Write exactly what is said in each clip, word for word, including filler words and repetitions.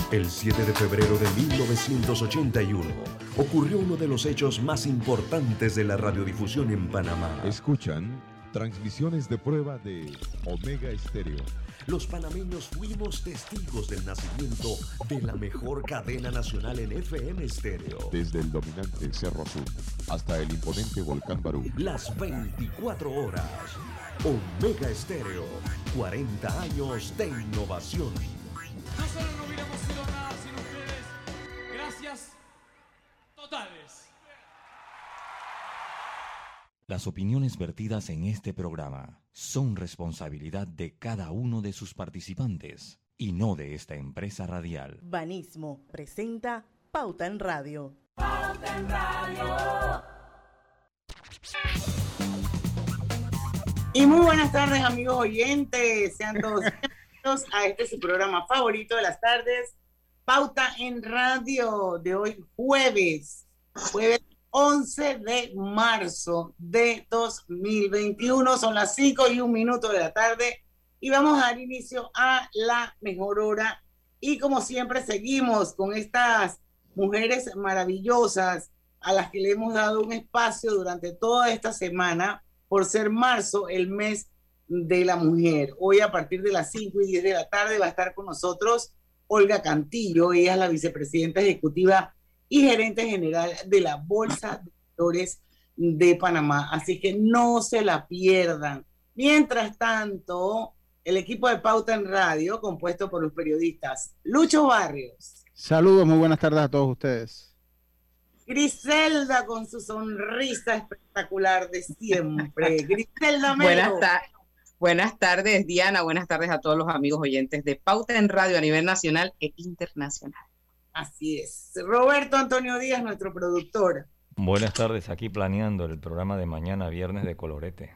El siete de febrero de mil novecientos ochenta y uno ocurrió uno de los hechos más importantes de la radiodifusión en Panamá. Escuchan transmisiones de prueba de Omega Estéreo. Los panameños fuimos testigos del nacimiento de la mejor cadena nacional en F M estéreo. Desde el dominante Cerro Azul hasta el imponente Volcán Barú. Las veinticuatro horas. Omega Estéreo. cuarenta años de innovación. Nosotros no hubiéramos sido nada sin ustedes. Gracias totales. Las opiniones vertidas en este programa son responsabilidad de cada uno de sus participantes y no de esta empresa radial. Banismo presenta Pauta en Radio. Pauta en Radio. Y muy buenas tardes, amigos oyentes. Sean todos bienvenidos a este su programa favorito de las tardes, Pauta en Radio, de hoy jueves, jueves once de marzo de dos mil veintiuno. Son las cinco y un minuto de la tarde y vamos a dar inicio a la mejor hora. Y como siempre seguimos con estas mujeres maravillosas a las que le hemos dado un espacio durante toda esta semana por ser marzo el mes de la mujer. Hoy a partir de las cinco y diez de la tarde va a estar con nosotros Olga Cantillo. Ella es la vicepresidenta ejecutiva y gerente general de la Bolsa de Valores de Panamá. Así que no se la pierdan. Mientras tanto, el equipo de Pauta en Radio, compuesto por los periodistas Lucho Barrios. Saludos, muy buenas tardes a todos ustedes. Griselda con su sonrisa espectacular de siempre. Griselda Melo. Buenas, ta- buenas tardes, Diana. Buenas tardes a todos los amigos oyentes de Pauta en Radio a nivel nacional e internacional. Así es. Roberto Antonio Díaz, nuestro productor. Buenas tardes, aquí planeando el programa de mañana, viernes de Colorete.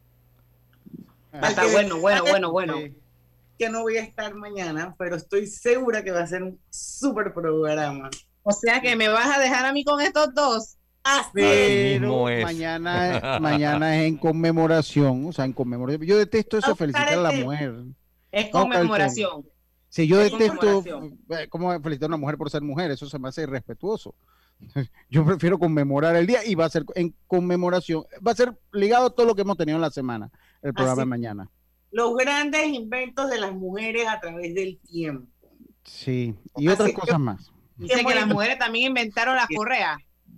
Está bueno, bueno, bueno, bueno. Que no voy a estar mañana, pero estoy segura que va a ser un súper programa. O sea que me vas a dejar a mí con estos dos. Ah, pero mañana, mañana es en conmemoración, o sea, en conmemoración. Yo detesto eso, felicitar a la mujer. Es conmemoración. Si yo detesto, ¿cómo felicitar a una mujer por ser mujer? Eso se me hace irrespetuoso. Yo prefiero conmemorar el día y va a ser en conmemoración. Va a ser ligado a todo lo que hemos tenido en la semana, el programa de mañana. Los grandes inventos de las mujeres a través del tiempo. Sí, y otras Así cosas que, más. Dice que las mujeres también inventaron las correas.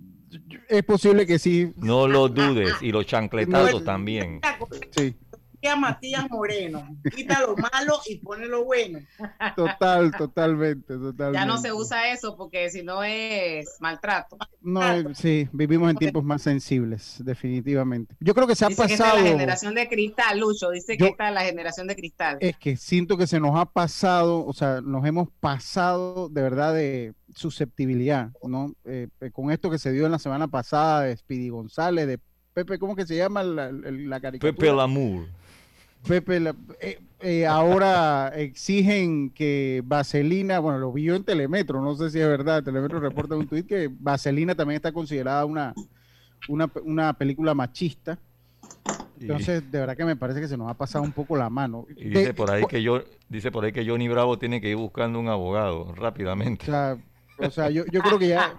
Es posible que sí. No lo dudes, y los chancletazos no, también. Sí. A Matías Moreno, quita lo malo y pone lo bueno. Total, totalmente, totalmente. Ya no se usa eso porque si no es maltrato. No, sí, vivimos en tiempos más sensibles, definitivamente. Yo creo que se ha dice pasado. Que esta es la generación de cristal, Lucho, dice Yo, que esta es la generación de cristal. Es que siento que se nos ha pasado, o sea, nos hemos pasado de verdad de susceptibilidad, ¿no? Eh, con esto que se dio en la semana pasada de Speedy González, de Pepe, ¿cómo que se llama la, la, la caricatura? Pepe Lamour. Pepe, la, eh, eh, ahora exigen que Vaselina, bueno, lo vi yo en Telemetro, no sé si es verdad, Telemetro reporta un tuit que Vaselina también está considerada una, una, una película machista. Entonces, de verdad que me parece que se nos ha pasado un poco la mano. Y dice de, por ahí que yo, dice por ahí que Johnny Bravo tiene que ir buscando un abogado rápidamente. O sea, o sea yo, yo creo que ya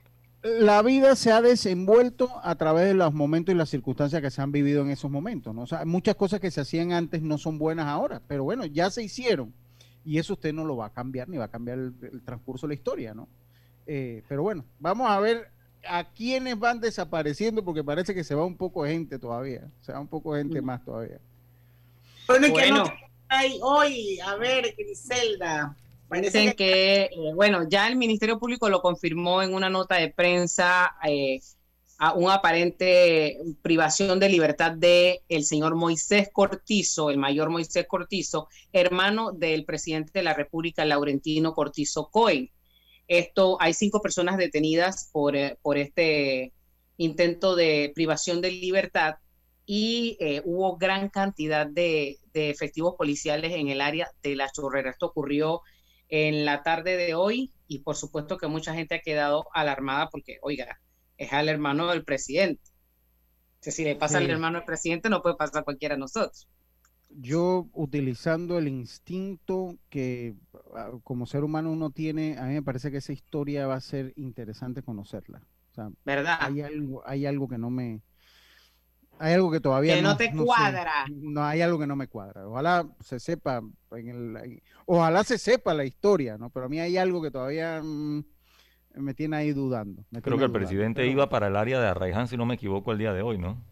la vida se ha desenvuelto a través de los momentos y las circunstancias que se han vivido en esos momentos, ¿no? O sea, muchas cosas que se hacían antes no son buenas ahora, pero bueno, ya se hicieron y eso usted no lo va a cambiar ni va a cambiar el, el transcurso de la historia, ¿no? Eh, pero bueno, vamos a ver a quiénes van desapareciendo porque parece que se va un poco de gente todavía, se va un poco de gente mm. más todavía. Bueno, ¿y bueno. qué no hay hoy? A ver, Griselda. Dicen que, que eh, bueno, ya el Ministerio Público lo confirmó en una nota de prensa eh, a una aparente privación de libertad de el señor Moisés Cortizo, el mayor Moisés Cortizo, hermano del presidente de la República, Laurentino Cortizo Cohen. Esto, hay cinco personas detenidas por, eh, por este intento de privación de libertad y eh, hubo gran cantidad de, de efectivos policiales en el área de La Chorrera. Esto ocurrió en la tarde de hoy y por supuesto que mucha gente ha quedado alarmada porque, oiga, es al hermano del presidente. O sea, si le pasa sí. al hermano del presidente, no puede pasar a cualquiera de nosotros. Yo, utilizando el instinto que como ser humano uno tiene, a mí me parece que esa historia va a ser interesante conocerla. O sea, ¿verdad? Hay algo, hay algo que no me, hay algo que todavía que no, no te no cuadra. sé. No, hay algo que no me cuadra. Ojalá se sepa, en el, ojalá se sepa la historia, ¿no? Pero a mí hay algo que todavía mmm, me tiene ahí dudando. Me Creo tiene que el dudando, presidente pero iba para el área de Arraiján, si no me equivoco, el día de hoy, ¿no?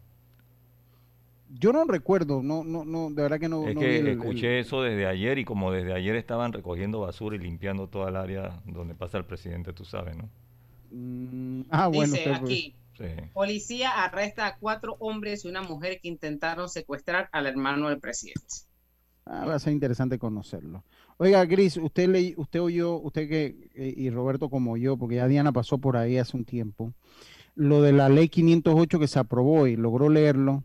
yo no recuerdo, no, no, no, de verdad que no, Es no que vi el- escuché el- eso desde ayer y como desde ayer estaban recogiendo basura y limpiando toda el área donde pasa el presidente, tú sabes, ¿no? Mm, ah, bueno, Dice usted, pues, aquí, Sí. policía arresta a cuatro hombres y una mujer que intentaron secuestrar al hermano del presidente. ah, va a ser interesante conocerlo. Oiga, Gris, usted le, usted oyó, usted que, eh, y Roberto como yo, porque ya Diana pasó por ahí hace un tiempo, lo de la ley quinientos ocho que se aprobó y logró leerlo,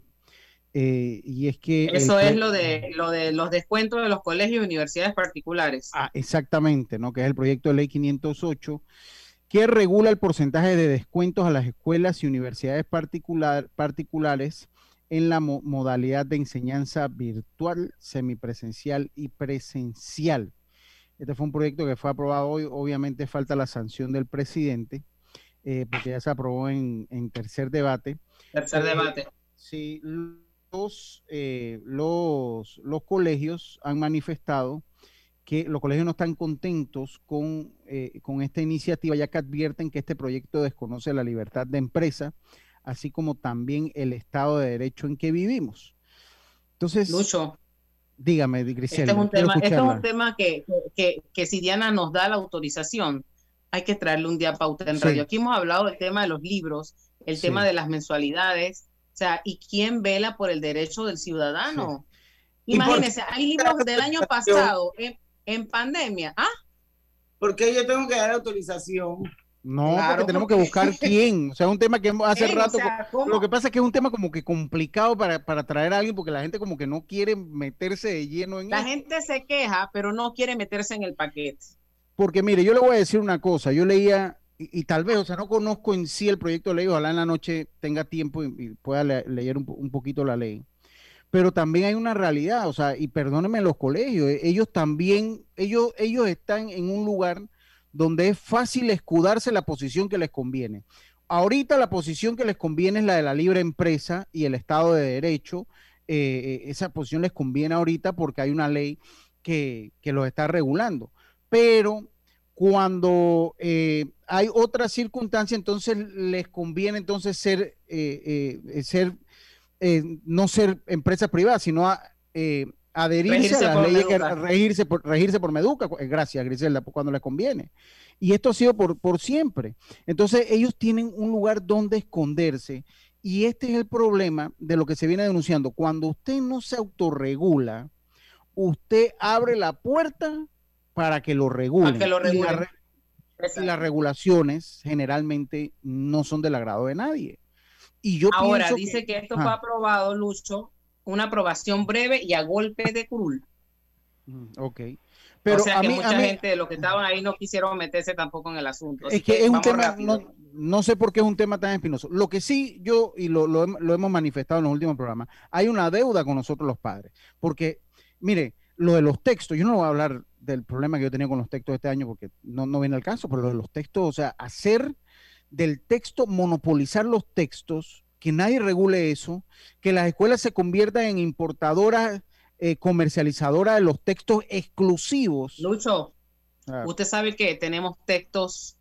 eh, y es que... el Eso es pro- lo de, lo de los descuentos de los colegios y universidades particulares. Ah, exactamente, ¿no? Que es el proyecto de ley quinientos ocho, que regula el porcentaje de descuentos a las escuelas y universidades particular, particulares en la mo- modalidad de enseñanza virtual, semipresencial y presencial. Este fue un proyecto que fue aprobado hoy, obviamente falta la sanción del presidente, eh, porque ya se aprobó en, en tercer debate. Tercer Eh, debate. Sí, los, eh, los, los colegios han manifestado que los colegios no están contentos con, eh, con esta iniciativa, ya que advierten que este proyecto desconoce la libertad de empresa, así como también el Estado de Derecho en que vivimos. Entonces, Lucho, dígame, este Griselda, es un quiero tema, este es un escucharla. tema que, que, que si Diana nos da la autorización, hay que traerle un día a Pauta en Sí. Radio. Aquí hemos hablado del tema de los libros, el Sí. tema de las mensualidades, o sea, ¿y quién vela por el derecho del ciudadano? ¿Y por Imagínense, hay libros del año pasado en, en pandemia. ¿Ah? ¿Por qué yo tengo que dar autorización? No, Claro, porque tenemos porque- que buscar quién. O sea, es un tema que hemos- hace Ey, o rato. sea, ¿cómo? Lo que pasa es que es un tema como que complicado para, para traer a alguien, porque la gente como que no quiere meterse de lleno en La eso. gente se queja, pero no quiere meterse en el paquete. Porque mire, yo le voy a decir una cosa. Yo leía, y, y tal vez, o sea, no conozco en sí el proyecto de ley, ojalá en la noche tenga tiempo y, y pueda le- leer un, po- un poquito la ley. Pero también hay una realidad, o sea, y perdónenme los colegios, eh, ellos también, ellos, ellos están en un lugar donde es fácil escudarse la posición que les conviene. Ahorita la posición que les conviene es la de la libre empresa y el Estado de Derecho. Eh, eh, esa posición les conviene ahorita porque hay una ley que, que los está regulando. Pero cuando eh, hay otra circunstancia, entonces les conviene entonces ser, eh, eh, ser eh, no ser empresa privada, sino a, eh, adherirse Regirse a las por leyes, que, Meduca. regirse por, regirse por Meduca. Eh, Gracias, Griselda, cuando les conviene. Y esto ha sido por, por siempre. Entonces, ellos tienen un lugar donde esconderse. Y este es el problema de lo que se viene denunciando. Cuando usted no se autorregula, usted abre la puerta para que lo regulen. Para que lo Y la regulen. re- Exacto. y las regulaciones generalmente no son del agrado de nadie. Y yo Ahora, pienso dice que, esto Ajá. fue aprobado, Lucho, una aprobación breve y a golpe de curul. Mm, Ok. Pero o sea a que mí, mucha a mí- gente de los que estaban ahí no quisieron meterse tampoco en el asunto. Así es que es un vamos tema, rápido. no, no sé por qué es un tema tan espinoso. Lo que sí yo, y lo, lo, hem- lo hemos manifestado en los últimos programas, hay una deuda con nosotros los padres. Porque, mire, lo de los textos, yo no voy a hablar del problema que yo tenía con los textos este año porque no, no viene al caso, pero lo de los textos, o sea, hacer del texto, monopolizar los textos, que nadie regule eso, que las escuelas se conviertan en importadoras, eh, comercializadoras de los textos exclusivos. Lucho, Ah, usted sabe que tenemos textos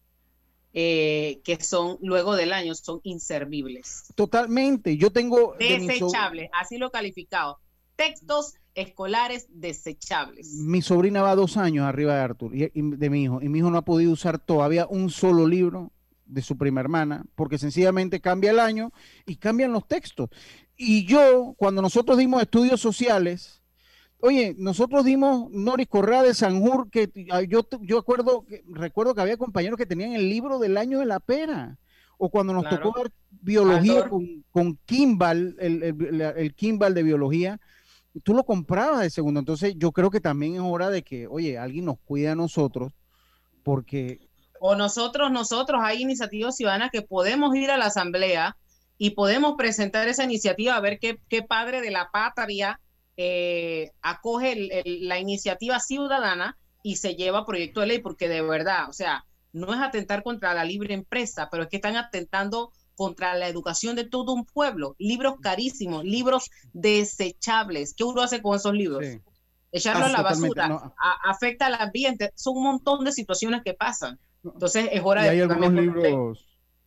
eh, que son, luego del año, son inservibles. Totalmente. Yo tengo de mi, so- Desechables, así lo calificado. Textos escolares desechables. mi sobrina va dos años arriba de Arthur y, y de mi hijo, y mi hijo no ha podido usar todavía un solo libro de su prima hermana, porque sencillamente cambia el año y cambian los textos. Y yo, cuando nosotros dimos estudios sociales, oye, nosotros dimos Noris Correa de Sanjur, que ah, yo, yo acuerdo, que, recuerdo que había compañeros que tenían el libro del año de la pera, o cuando nos Claro. tocó dar biología Altor. con, con Kimball, el, el, la- el Kimball de biología, tú lo comprabas de segundo. Entonces yo creo que también es hora de que, oye, alguien nos cuide a nosotros, porque O nosotros, nosotros, hay iniciativas ciudadanas que podemos ir a la asamblea y podemos presentar esa iniciativa a ver qué, qué padre de la patria eh, acoge el- el- la iniciativa ciudadana y se lleva proyecto de ley, porque de verdad, o sea, no es atentar contra la libre empresa, pero es que están atentando contra la educación de todo un pueblo. Libros carísimos, libros desechables. ¿Qué uno hace con esos libros? Sí. Echarlo ah, a la basura, no. a, afecta al ambiente. Son un montón de situaciones que pasan. Entonces es hora y de... Hay algunos libros,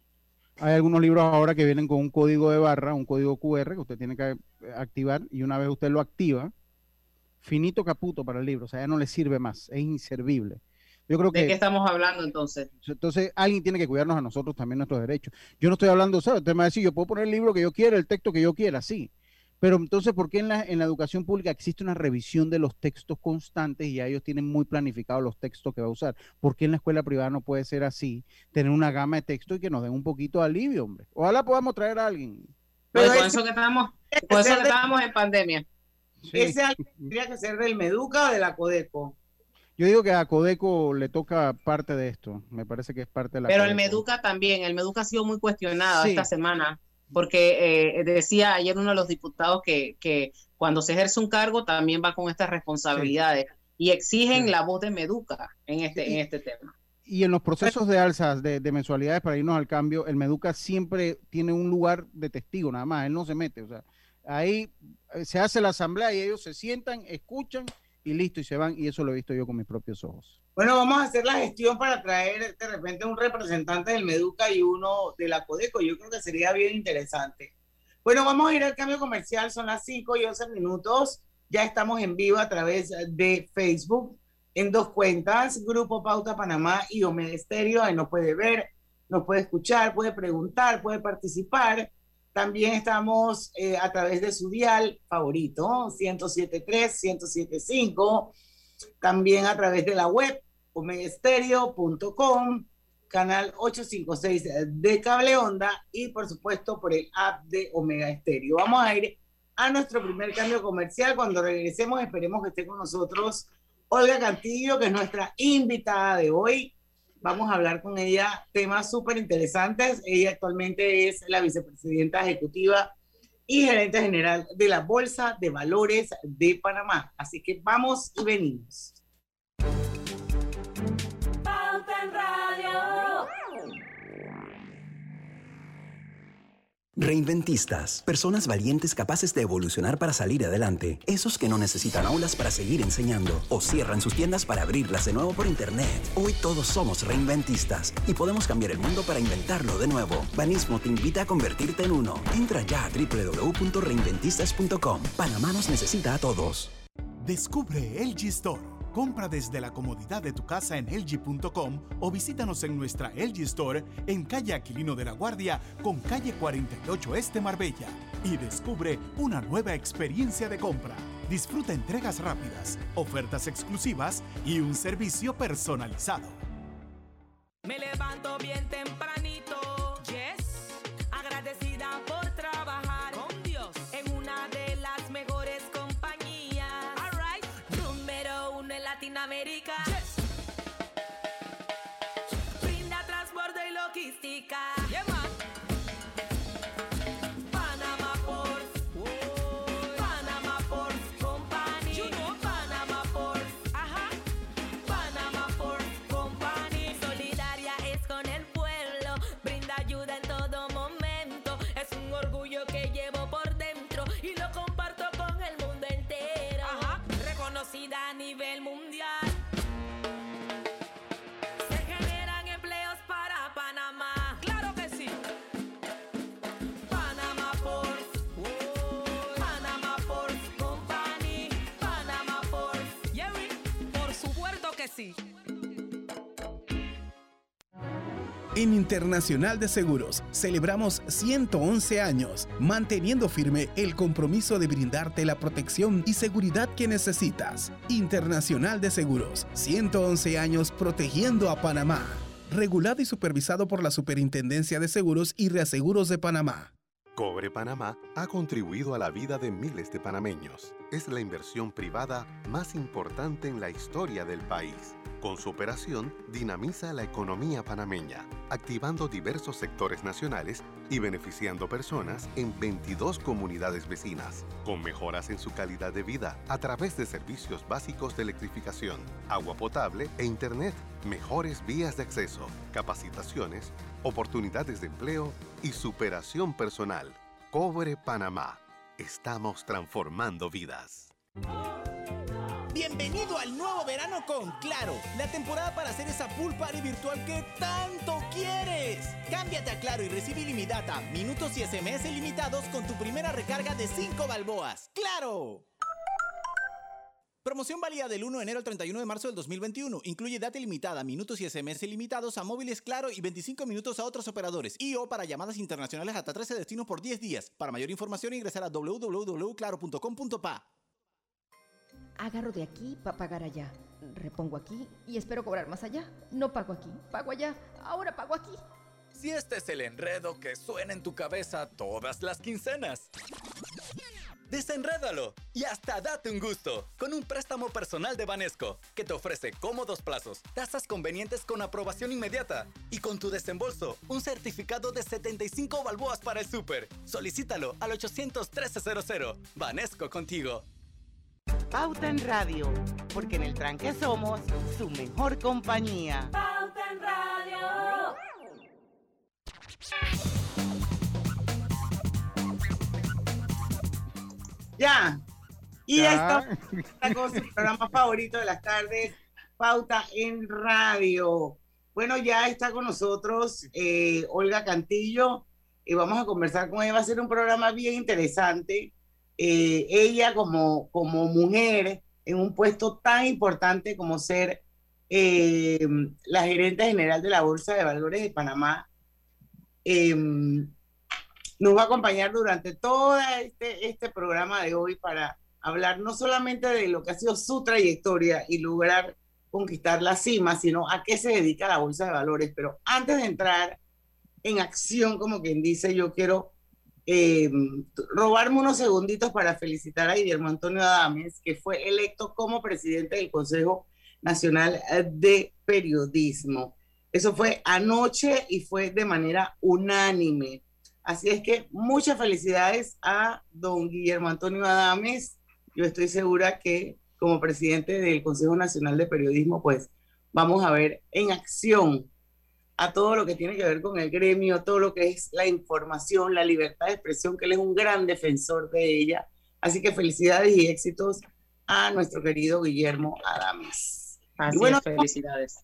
hay algunos libros ahora que vienen con un código de barra, un código cu erre que usted tiene que activar, y una vez usted lo activa, finito caputo para el libro. O sea, ya no le sirve más, es inservible. Yo creo que, ¿de qué estamos hablando entonces? Entonces alguien tiene que cuidarnos a nosotros también nuestros derechos. Yo no estoy hablando, ¿sabes? Usted me va a decir, yo puedo poner el libro que yo quiera, el texto que yo quiera, sí. Pero entonces, ¿por qué en la, en la educación pública existe una revisión de los textos constantes y ya ellos tienen muy planificados los textos que va a usar? ¿Por qué en la escuela privada no puede ser así? Tener una gama de textos y que nos den un poquito de alivio, hombre. Ojalá podamos traer a alguien. Pero con eso que estamos, con eso que estábamos en pandemia. Sí. Ese tendría que ser del Meduca o de la Codeco. Yo digo que a Codeco le toca parte de esto, me parece que es parte de la Pero Codeco. el Meduca también, el Meduca ha sido muy cuestionado sí. esta semana, porque eh, decía ayer uno de los diputados que, que cuando se ejerce un cargo también va con estas responsabilidades sí. y exigen sí. la voz de Meduca en este, y, en este tema. Y en los procesos de alzas de, de mensualidades para irnos al cambio, el Meduca siempre tiene un lugar de testigo nada más, él no se mete, o sea, ahí se hace la asamblea y ellos se sientan, escuchan y listo, y se van, y eso lo he visto yo con mis propios ojos. Bueno, vamos a hacer la gestión para traer de repente un representante del Meduca y uno de la Codeco. Yo creo que sería bien interesante. Bueno, vamos a ir al cambio comercial, son las cinco y once minutos. Ya estamos en vivo a través de Facebook, en dos cuentas, Grupo Pauta Panamá y Omega Estéreo. Ahí nos puede ver, nos puede escuchar, puede preguntar, puede participar. También estamos eh, a través de su dial favorito, ciento siete punto tres, ciento siete punto cinco. También a través de la web, omega estéreo punto com, canal ochocientos cincuenta y seis de Cable Onda y, por supuesto, por el app de Omega Estéreo. Vamos a ir a nuestro primer cambio comercial. Cuando regresemos, esperemos que esté con nosotros Olga Cantillo, que es nuestra invitada de hoy. Vamos a hablar con ella temas súper interesantes. Ella actualmente es la vicepresidenta ejecutiva y gerente general de la Bolsa de Valores de Panamá. Así que vamos y venimos. Pauta en Radio. Reinventistas, personas valientes capaces de evolucionar para salir adelante. Esos que no necesitan aulas para seguir enseñando o cierran sus tiendas para abrirlas de nuevo por internet. Hoy todos somos reinventistas y podemos cambiar el mundo para inventarlo de nuevo. Banismo te invita a convertirte en uno. Entra ya a doble u doble u doble u punto reinventistas punto com. Panamá nos necesita a todos. Descubre L G Store. Compra desde la comodidad de tu casa en L G punto com o visítanos en nuestra L G Store en calle Aquilino de la Guardia con calle cuarenta y ocho Este Marbella y descubre una nueva experiencia de compra. Disfruta entregas rápidas, ofertas exclusivas y un servicio personalizado. Me levanto bien tempranito, yes, agradecida por trabajar con Dios en una de las mejores compañías. All right, número uno en Latinoamérica. Yes. Brinda transporte y logística. Yeah, man. Panama Ports. Oh. Panama Ports Company. You know. Panama Ports. Ajá. Panama Ports Company. Solidaria es con el pueblo. Brinda ayuda en todo momento. Es un orgullo que llevo por dentro y lo comparto con el mundo entero. Ajá. Reconocida a nivel mundial. Se generan empleos para Panamá. Claro que sí. Panama Ports. Oh. Panama Ports Company. Panama Ports. Jerry, por supuesto que sí. En Internacional de Seguros celebramos ciento once años, manteniendo firme el compromiso de brindarte la protección y seguridad que necesitas. Internacional de Seguros, ciento once años protegiendo a Panamá. Regulado y supervisado por la Superintendencia de Seguros y Reaseguros de Panamá. Cobre Panamá ha contribuido a la vida de miles de panameños. Es la inversión privada más importante en la historia del país. Con su operación, dinamiza la economía panameña, activando diversos sectores nacionales y beneficiando personas en veintidós comunidades vecinas, con mejoras en su calidad de vida a través de servicios básicos de electrificación, agua potable e internet, mejores vías de acceso, capacitaciones, oportunidades de empleo y superación personal. Cobre Panamá. Estamos transformando vidas. Bienvenido al nuevo verano con Claro, la temporada para hacer esa pool party virtual que tanto quieres. Cámbiate a Claro y recibe ilimitada, minutos y S M S ilimitados con tu primera recarga de cinco balboas. ¡Claro! Promoción válida del uno de enero al treinta y uno de marzo del dos mil veintiuno. Incluye data ilimitada, minutos y S M S ilimitados a móviles Claro y veinticinco minutos a otros operadores. Y o para llamadas internacionales hasta trece destinos por diez días. Para mayor información ingresar a w w w punto claro punto com punto pa. Agarro de aquí para pagar allá. Repongo aquí y espero cobrar más allá. No pago aquí, pago allá. Ahora pago aquí. Si este es el enredo que suena en tu cabeza todas las quincenas, desenrédalo y hasta date un gusto con un préstamo personal de Banesco que te ofrece cómodos plazos, tasas convenientes con aprobación inmediata y con tu desembolso un certificado de setenta y cinco balboas para el súper. Solicítalo al ochocientos trece cero cero. Banesco contigo. Pauta en Radio, porque en el tranque somos su mejor compañía. Pauta en Radio. Ya, y Ya. ya está con su programa favorito de las tardes, Pauta en Radio. Bueno, ya está con nosotros eh, Olga Cantillo y vamos a conversar con ella. Va a ser un programa bien interesante. Eh, ella como, como mujer en un puesto tan importante como ser eh, la gerente general de la Bolsa de Valores de Panamá, eh, nos va a acompañar durante todo este, este programa de hoy para hablar no solamente de lo que ha sido su trayectoria y lograr conquistar la cima, sino a qué se dedica la Bolsa de Valores. Pero antes de entrar en acción, como quien dice, yo quiero Eh, robarme unos segunditos para felicitar a Guillermo Antonio Adames, que fue electo como presidente del Consejo Nacional de Periodismo. Eso fue anoche y fue de manera unánime. Así es que muchas felicidades a don Guillermo Antonio Adames. Yo estoy segura que como presidente del Consejo Nacional de Periodismo, pues vamos a ver en acción a todo lo que tiene que ver con el gremio, todo lo que es la información, la libertad de expresión, que él es un gran defensor de ella. Así que felicidades y éxitos a nuestro querido Guillermo Adames. Así y bueno, es, felicidades.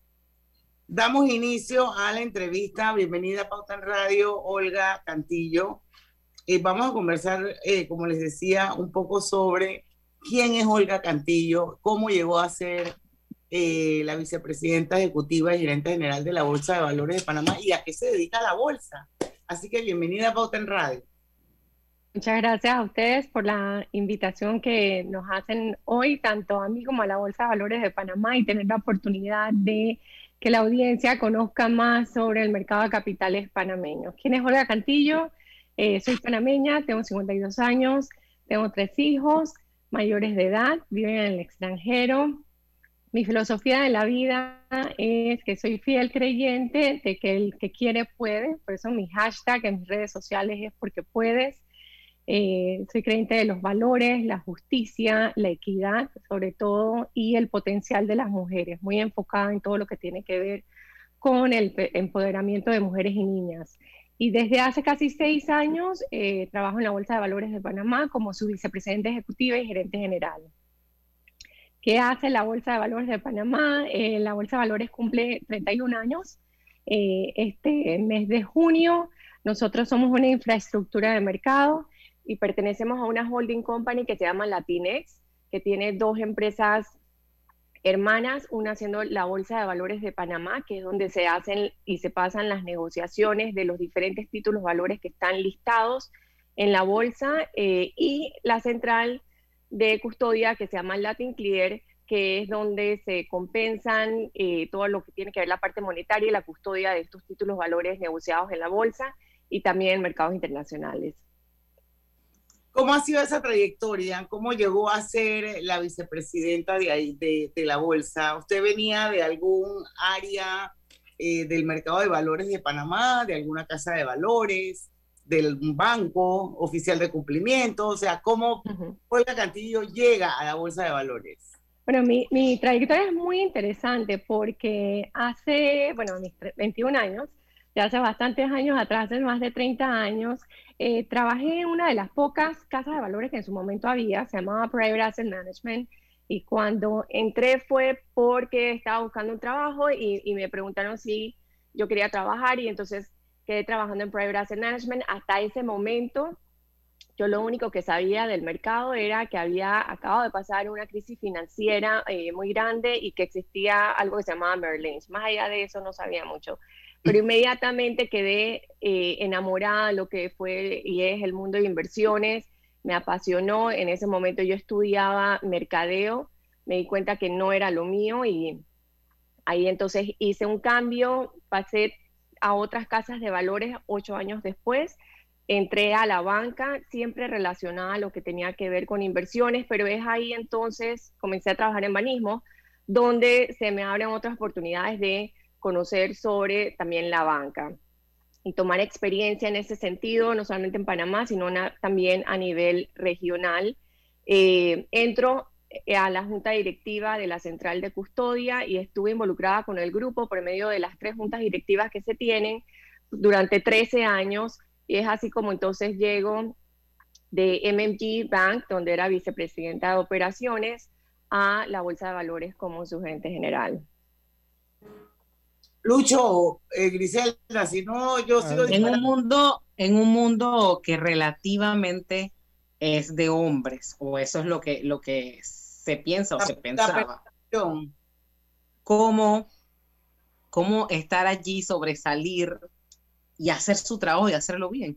Damos inicio a la entrevista. Bienvenida a Pauta en Radio, Olga Cantillo. Eh, vamos a conversar, eh, como les decía, un poco sobre quién es Olga Cantillo, cómo llegó a ser Eh, la vicepresidenta ejecutiva y gerente general de la Bolsa de Valores de Panamá y a qué se dedica la bolsa. Así que bienvenida a Pauta en Radio. Muchas gracias a ustedes por la invitación que nos hacen hoy, tanto a mí como a la Bolsa de Valores de Panamá, y tener la oportunidad de que la audiencia conozca más sobre el mercado de capitales panameños. ¿Quién es Olga Cantillo? Eh, soy panameña, tengo cincuenta y dos años, tengo tres hijos mayores de edad, viven en el extranjero. Mi filosofía de la vida es que soy fiel creyente de que el que quiere puede, por eso mi hashtag en mis redes sociales es porque puedes. Eh, soy creyente de los valores, la justicia, la equidad, sobre todo, y el potencial de las mujeres, muy enfocada en todo lo que tiene que ver con el empoderamiento de mujeres y niñas. Y desde hace casi seis años eh, trabajo en la Bolsa de Valores de Panamá como su vicepresidenta ejecutiva y gerente general. ¿Qué hace la Bolsa de Valores de Panamá? Eh, la Bolsa de Valores cumple treinta y un años. Eh, este mes de junio, nosotros somos una infraestructura de mercado y pertenecemos a una holding company que se llama Latinex, que tiene dos empresas hermanas, una siendo la Bolsa de Valores de Panamá, que es donde se hacen y se pasan las negociaciones de los diferentes títulos valores que están listados en la bolsa, eh, y la central de custodia que se llama Latin Clear, que es donde se compensan eh, todo lo que tiene que ver la parte monetaria y la custodia de estos títulos valores negociados en la bolsa y también en mercados internacionales. ¿Cómo ha sido esa trayectoria? ¿Cómo llegó a ser la vicepresidenta de, ahí, de, de la Bolsa? ¿Usted venía de algún área eh, del mercado de valores de Panamá, de alguna casa de valores, del banco, oficial de cumplimiento? O sea, ¿cómo uh-huh. Olga Cantillo llega a la Bolsa de Valores? Bueno, mi, mi trayectoria es muy interesante porque hace, bueno, mis veintiún años, ya hace bastantes años atrás, hace más de treinta años, eh, trabajé en una de las pocas casas de valores que en su momento había, se llamaba Private Asset Management, y cuando entré fue porque estaba buscando un trabajo y, y me preguntaron si yo quería trabajar, y entonces quedé trabajando en Private Asset Management. Hasta ese momento, yo lo único que sabía del mercado era que había acabado de pasar una crisis financiera eh, muy grande y que existía algo que se llamaba Merrill Lynch. Más allá de eso no sabía mucho. Pero inmediatamente quedé eh, enamorada de lo que fue y es el mundo de inversiones. Me apasionó. En ese momento yo estudiaba mercadeo. Me di cuenta que no era lo mío y ahí entonces hice un cambio. Pasé a otras casas de valores ocho años después. Entré a la banca, siempre relacionada a lo que tenía que ver con inversiones, pero es ahí entonces, comencé a trabajar en banismo, donde se me abren otras oportunidades de conocer sobre también la banca y tomar experiencia en ese sentido, no solamente en Panamá, sino na, también a nivel regional. Eh, entro a la junta directiva de la Central de Custodia y estuve involucrada con el grupo por medio de las tres juntas directivas que se tienen durante trece años. Y es así como entonces llego de M M G Bank, donde era vicepresidenta de operaciones, a la Bolsa de Valores como su gerente general. Lucho, eh, Griselda, si no, yo sigo en un mundo En un mundo que relativamente es de hombres, o eso es lo que, lo que se piensa o la, se pensaba. La ¿Cómo, ¿Cómo estar allí, sobresalir y hacer su trabajo y hacerlo bien?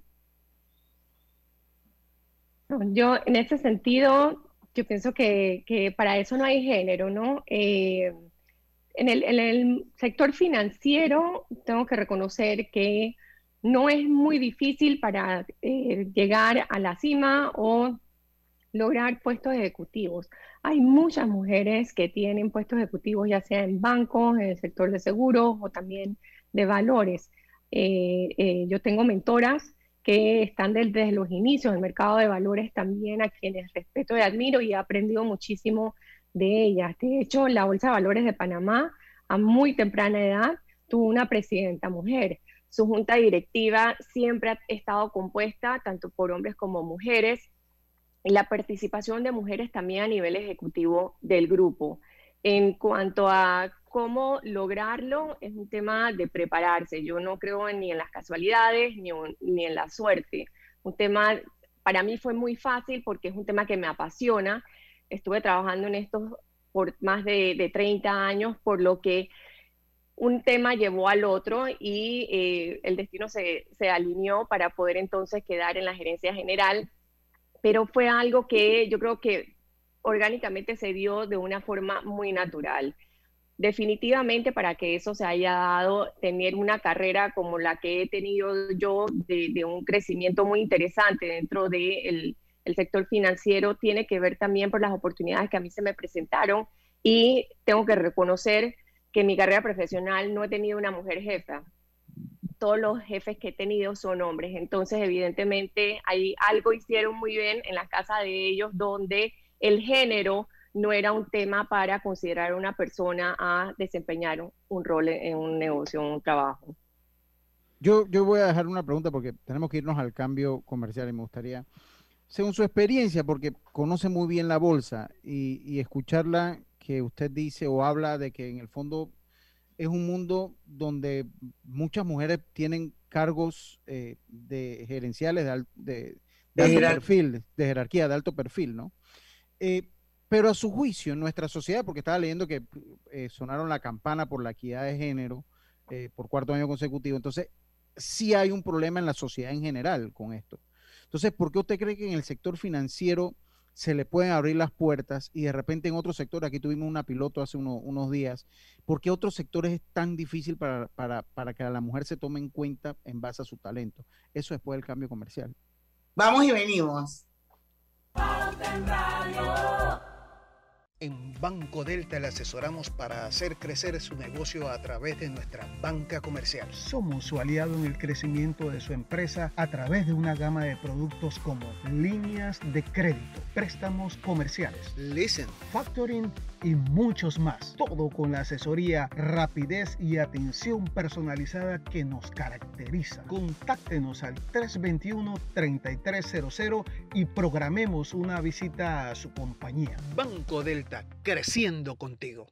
Yo, en ese sentido, yo pienso que, que para eso no hay género, ¿no? Eh, en, el, en el sector financiero tengo que reconocer que no es muy difícil para eh, llegar a la cima o lograr puestos ejecutivos. Hay muchas mujeres que tienen puestos ejecutivos, ya sea en bancos, en el sector de seguros o también de valores. Eh, eh, yo tengo mentoras que están desde los inicios del mercado de valores también, a quienes respeto y admiro, y he aprendido muchísimo de ellas. De hecho, la Bolsa de Valores de Panamá, a muy temprana edad, tuvo una presidenta mujer. Su junta directiva siempre ha estado compuesta tanto por hombres como mujeres, y la participación de mujeres también a nivel ejecutivo del grupo. En cuanto a cómo lograrlo, es un tema de prepararse. Yo no creo ni en las casualidades ni, un, ni en la suerte. Un tema, para mí fue muy fácil porque es un tema que me apasiona. Estuve trabajando en esto por más de, de treinta años, por lo que un tema llevó al otro y eh, el destino se, se alineó para poder entonces quedar en la gerencia general. Pero fue algo que yo creo que orgánicamente se dio de una forma muy natural. Definitivamente, para que eso se haya dado, tener una carrera como la que he tenido yo, de, de un crecimiento muy interesante dentro del el sector financiero, tiene que ver también por las oportunidades que a mí se me presentaron, y tengo que reconocer que en mi carrera profesional no he tenido una mujer jefa. Todos los jefes que he tenido son hombres. Entonces, evidentemente, hay algo hicieron muy bien en la casa de ellos, donde el género no era un tema para considerar a una persona a desempeñar un, un rol en un negocio, un trabajo. Yo, yo voy a dejar una pregunta porque tenemos que irnos al cambio comercial y me gustaría, según su experiencia, porque conoce muy bien la bolsa y, y escucharla, que usted dice o habla de que en el fondo es un mundo donde muchas mujeres tienen cargos eh, de gerenciales de, al, de, de alto perfil, de jerarquía de alto perfil, ¿no? Eh, pero a su juicio, en nuestra sociedad, porque estaba leyendo que eh, sonaron la campana por la equidad de género eh, por cuarto año consecutivo, entonces sí hay un problema en la sociedad en general con esto. Entonces, ¿por qué usted cree que en el sector financiero se le pueden abrir las puertas y de repente en otro sector, aquí tuvimos una piloto hace uno, unos días, ¿por qué otros sectores es tan difícil para, para, para que a la mujer se tome en cuenta en base a su talento? Eso después del cambio comercial. Vamos y venimos. Pauta en Radio. En Banco Delta le asesoramos para hacer crecer su negocio a través de nuestra banca comercial. Somos su aliado en el crecimiento de su empresa a través de una gama de productos como líneas de crédito, préstamos comerciales, leasing, factoring y muchos más. Todo con la asesoría, rapidez y atención personalizada que nos caracteriza. Contáctenos al tres dos uno, tres tres cero cero y programemos una visita a su compañía. Banco Delta, creciendo contigo.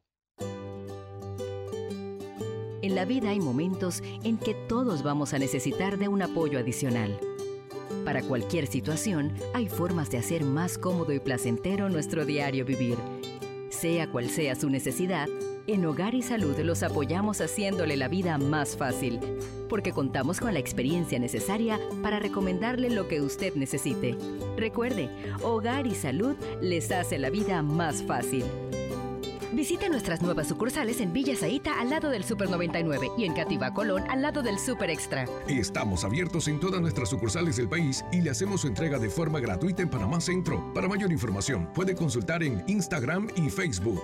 En la vida hay momentos en que todos vamos a necesitar de un apoyo adicional. Para cualquier situación, hay formas de hacer más cómodo y placentero nuestro diario vivir. Sea cual sea su necesidad, en Hogar y Salud los apoyamos haciéndole la vida más fácil, porque contamos con la experiencia necesaria para recomendarle lo que usted necesite. Recuerde, Hogar y Salud les hace la vida más fácil. Visite nuestras nuevas sucursales en Villa Zaita al lado del Super noventa y nueve y en Cativa Colón al lado del Super Extra. Estamos abiertos en todas nuestras sucursales del país y le hacemos su entrega de forma gratuita en Panamá Centro. Para mayor información, puede consultar en Instagram y Facebook.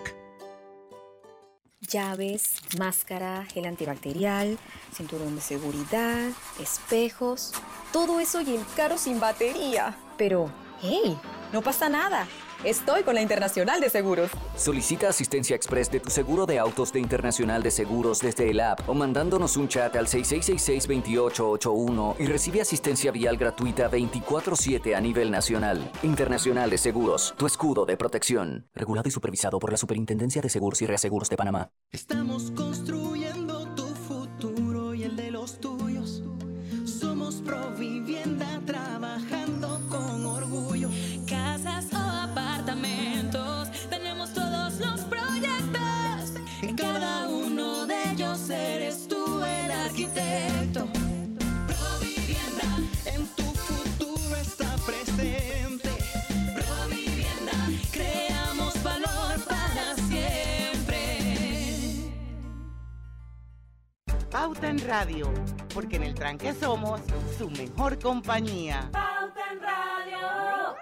Llaves, máscara, gel antibacterial, cinturón de seguridad, espejos, todo eso y el carro sin batería. Pero, hey, no pasa nada. Estoy con la Internacional de Seguros. Solicita asistencia express de tu seguro de autos de Internacional de Seguros desde el app o mandándonos un chat al seis seis seis seis, dos ocho ocho uno y recibe asistencia vial gratuita veinticuatro siete a nivel nacional. Internacional de Seguros, tu escudo de protección. Regulado y supervisado por la Superintendencia de Seguros y Reaseguros de Panamá. Estamos construyendo tu futuro y el de los tuyos. Somos Provivienda, trabajando con orgullo. Casas o apartamentos, tenemos todos los proyectos. En cada uno de ellos eres tú el arquitecto. Provivienda, en tu futuro está presente. Provivienda, creamos valor para siempre. Pauta en Radio, porque en el tranque somos su mejor compañía. Pauta en Radio.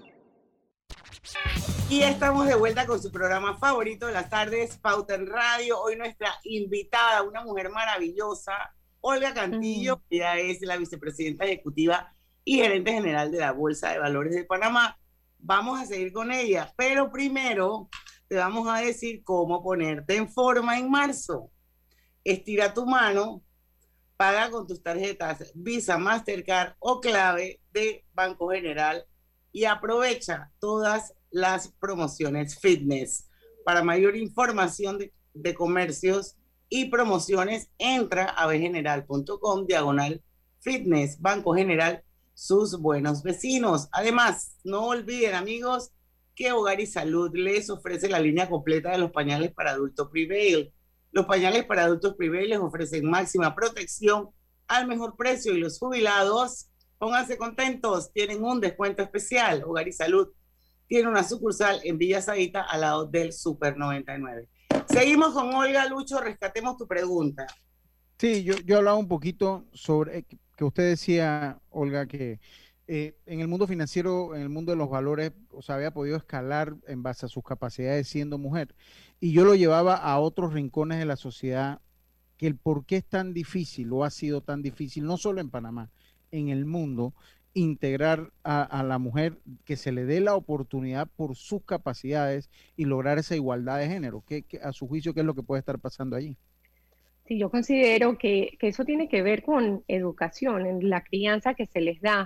Y estamos de vuelta con su programa favorito de las tardes, Pauta en Radio. Hoy nuestra invitada, una mujer maravillosa, Olga Cantillo, que ella es la vicepresidenta ejecutiva y gerente general de la Bolsa de Valores de Panamá. Vamos a seguir con ella, pero primero te vamos a decir cómo ponerte en forma en marzo. Estira tu mano, paga con tus tarjetas Visa, Mastercard o Clave de Banco General y aprovecha todas las promociones fitness. Para mayor información de, de comercios y promociones, entra a bgeneral.com diagonal fitness. Banco General, sus buenos vecinos. Además, no olviden, amigos, que Hogar y Salud les ofrece la línea completa de los pañales para adultos Prevail. Los pañales para adultos Prevail les ofrecen máxima protección al mejor precio y los jubilados, pónganse contentos, tienen un descuento especial. Hogar y Salud tiene una sucursal en Villa Zaita al lado del Super noventa y nueve. Seguimos con Olga. Lucho, rescatemos tu pregunta. Sí, yo, yo hablaba un poquito sobre eh, que usted decía, Olga, que eh, en el mundo financiero, en el mundo de los valores, o sea, había podido escalar en base a sus capacidades siendo mujer. Y yo lo llevaba a otros rincones de la sociedad, que el por qué es tan difícil o ha sido tan difícil, no solo en Panamá, en el mundo, integrar a, a la mujer, que se le dé la oportunidad por sus capacidades y lograr esa igualdad de género. ¿Qué, qué, a su juicio, qué es lo que puede estar pasando allí? Sí, yo considero que, que eso tiene que ver con educación, en la crianza que se les da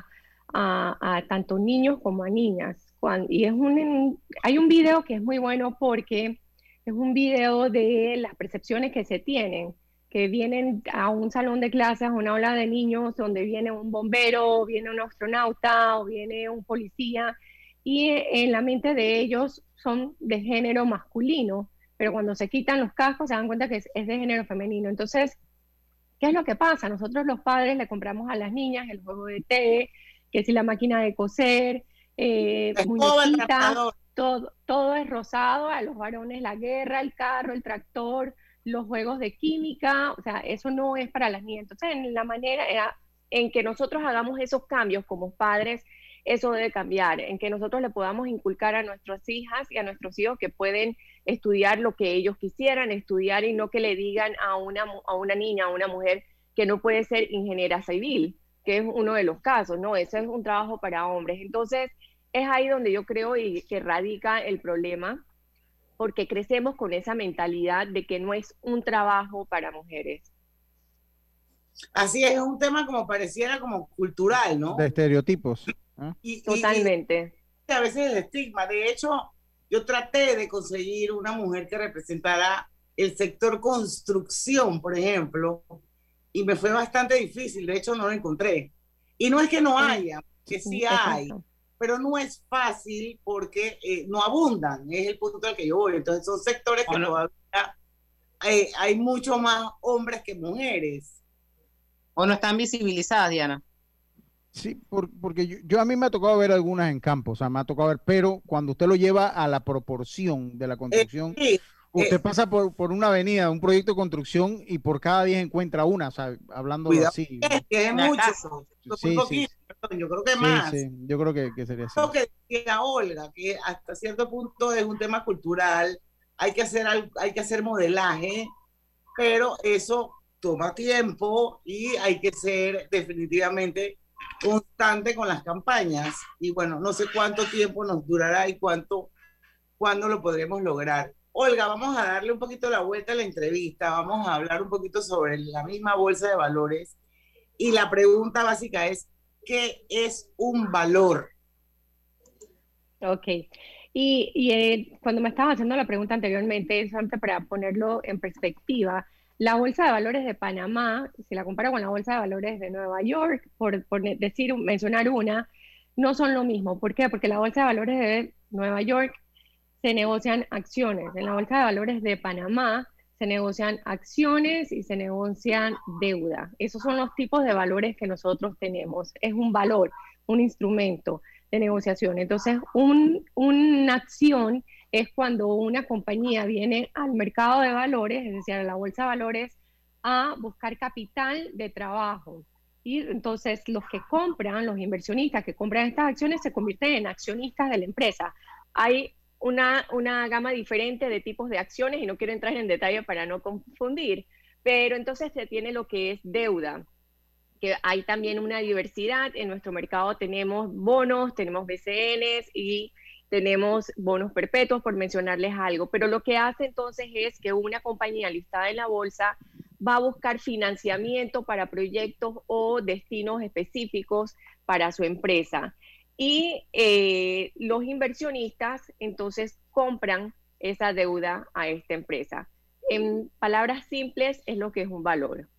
a, a tanto niños como a niñas. Cuando, y es un, hay un video que es muy bueno porque es un video de las percepciones que se tienen, que vienen a un salón de clases, a una aula de niños, donde viene un bombero, viene un astronauta o viene un policía, y en la mente de ellos son de género masculino, pero cuando se quitan los cascos se dan cuenta que es, es de género femenino. Entonces, ¿qué es lo que pasa? Nosotros los padres le compramos a las niñas el juego de té, que si la máquina de coser, eh, muñequitas, todo, todo es rosado, a los varones la guerra, el carro, el tractor, los juegos de química, o sea, eso no es para las niñas. Entonces, en la manera en que nosotros hagamos esos cambios como padres, eso debe cambiar, en que nosotros le podamos inculcar a nuestras hijas y a nuestros hijos que pueden estudiar lo que ellos quisieran estudiar y no que le digan a una, a una niña, a una mujer que no puede ser ingeniera civil, que es uno de los casos, ¿no? Eso es un trabajo para hombres. Entonces, es ahí donde yo creo y que radica el problema, porque crecemos con esa mentalidad de que no es un trabajo para mujeres. Así es, es un tema como pareciera como cultural, ¿no? De estereotipos. ¿eh? Y, Totalmente. Y, y a veces el estigma. De hecho, yo traté de conseguir una mujer que representara el sector construcción, por ejemplo, y me fue bastante difícil. De hecho, no lo encontré. Y no es que no haya, que sí hay, pero no es fácil porque eh, no abundan, es el punto al que yo voy. Entonces son sectores que Bueno. todavía eh, hay mucho más hombres que mujeres. ¿O no están visibilizadas, Diana? Sí, por, porque yo, yo a mí me ha tocado ver algunas en campo, o sea, me ha tocado ver, pero cuando usted lo lleva a la proporción de la construcción, Eh, sí, usted eh, pasa por, por una avenida, un proyecto de construcción y por cada diez encuentra una, o sea, hablando Cuidado, así. es que es La mucho. casa. Fue Sí, un sí. poquito, perdón, yo creo que Sí, más. sí, yo creo que, que sería así. Lo que decía Olga, que hasta cierto punto es un tema cultural, hay que hacer, algo- hay que hacer modelaje, pero eso toma tiempo y hay que ser definitivamente constante con las campañas. Y bueno, no sé cuánto tiempo nos durará y cuánto, cuándo lo podremos lograr. Olga, vamos a darle un poquito la vuelta a la entrevista, vamos a hablar un poquito sobre la misma bolsa de valores. Y la pregunta básica es, ¿qué es un valor? Ok. Y, y eh, cuando me estabas haciendo la pregunta anteriormente, solamente para ponerlo en perspectiva, la Bolsa de Valores de Panamá, si la comparo con la Bolsa de Valores de Nueva York, por, por decir, mencionar una, no son lo mismo. ¿Por qué? Porque la Bolsa de Valores de Nueva York se negocian acciones. En la Bolsa de Valores de Panamá se negocian acciones y se negocian deuda. Esos son los tipos de valores que nosotros tenemos. Es un valor, un instrumento de negociación. Entonces, un, una acción es cuando una compañía viene al mercado de valores, es decir, a la bolsa de valores, a buscar capital de trabajo. Y entonces los que compran, los inversionistas que compran estas acciones se convierten en accionistas de la empresa. Hay una, una gama diferente de tipos de acciones y no quiero entrar en detalle para no confundir, pero entonces se tiene lo que es deuda, que hay también una diversidad. En nuestro mercado tenemos bonos, tenemos B C Ns y tenemos bonos perpetuos, por mencionarles algo, pero lo que hace entonces es que una compañía listada en la bolsa va a buscar financiamiento para proyectos o destinos específicos para su empresa. Y eh, los inversionistas entonces compran esa deuda a esta empresa. En palabras simples, es lo que es un valor.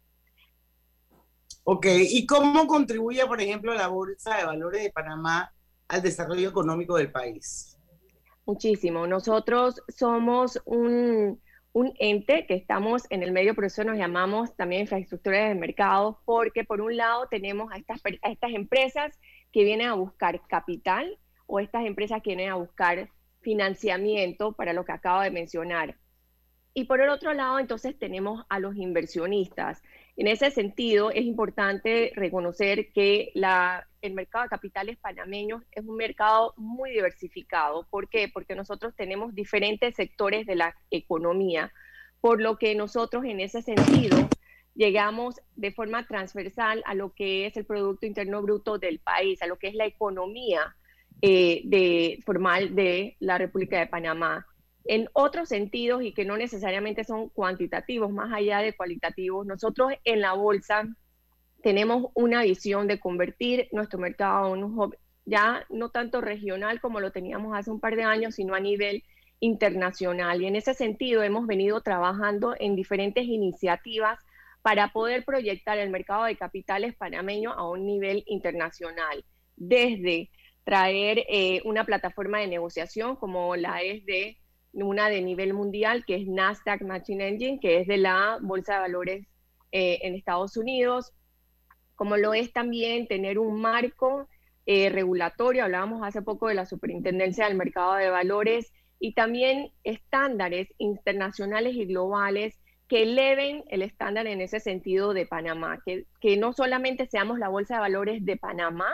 Ok, ¿y cómo contribuye, por ejemplo, la Bolsa de Valores de Panamá al desarrollo económico del país? Muchísimo. Nosotros somos un, un ente que estamos en el medio, por eso nos llamamos también infraestructura de mercado, porque por un lado tenemos a estas, a estas empresas que vienen a buscar capital o estas empresas que vienen a buscar financiamiento para lo que acabo de mencionar. Y por el otro lado, entonces, tenemos a los inversionistas. En ese sentido, es importante reconocer que la, el mercado de capitales panameños es un mercado muy diversificado. ¿Por qué? Porque nosotros tenemos diferentes sectores de la economía, por lo que nosotros en ese sentido llegamos de forma transversal a lo que es el Producto Interno Bruto del país, a lo que es la economía eh, de, formal de la República de Panamá. En otros sentidos, y que no necesariamente son cuantitativos, más allá de cualitativos, nosotros en la bolsa tenemos una visión de convertir nuestro mercado en un hub ya no tanto regional como lo teníamos hace un par de años, sino a nivel internacional. Y en ese sentido hemos venido trabajando en diferentes iniciativas para poder proyectar el mercado de capitales panameño a un nivel internacional, desde traer eh, una plataforma de negociación como la es de una de nivel mundial, que es Nasdaq Matching Engine, que es de la Bolsa de Valores eh, en Estados Unidos, como lo es también tener un marco eh, regulatorio. Hablábamos hace poco de la Superintendencia del Mercado de Valores, y también estándares internacionales y globales que eleven el estándar en ese sentido de Panamá, que, que no solamente seamos la Bolsa de Valores de Panamá,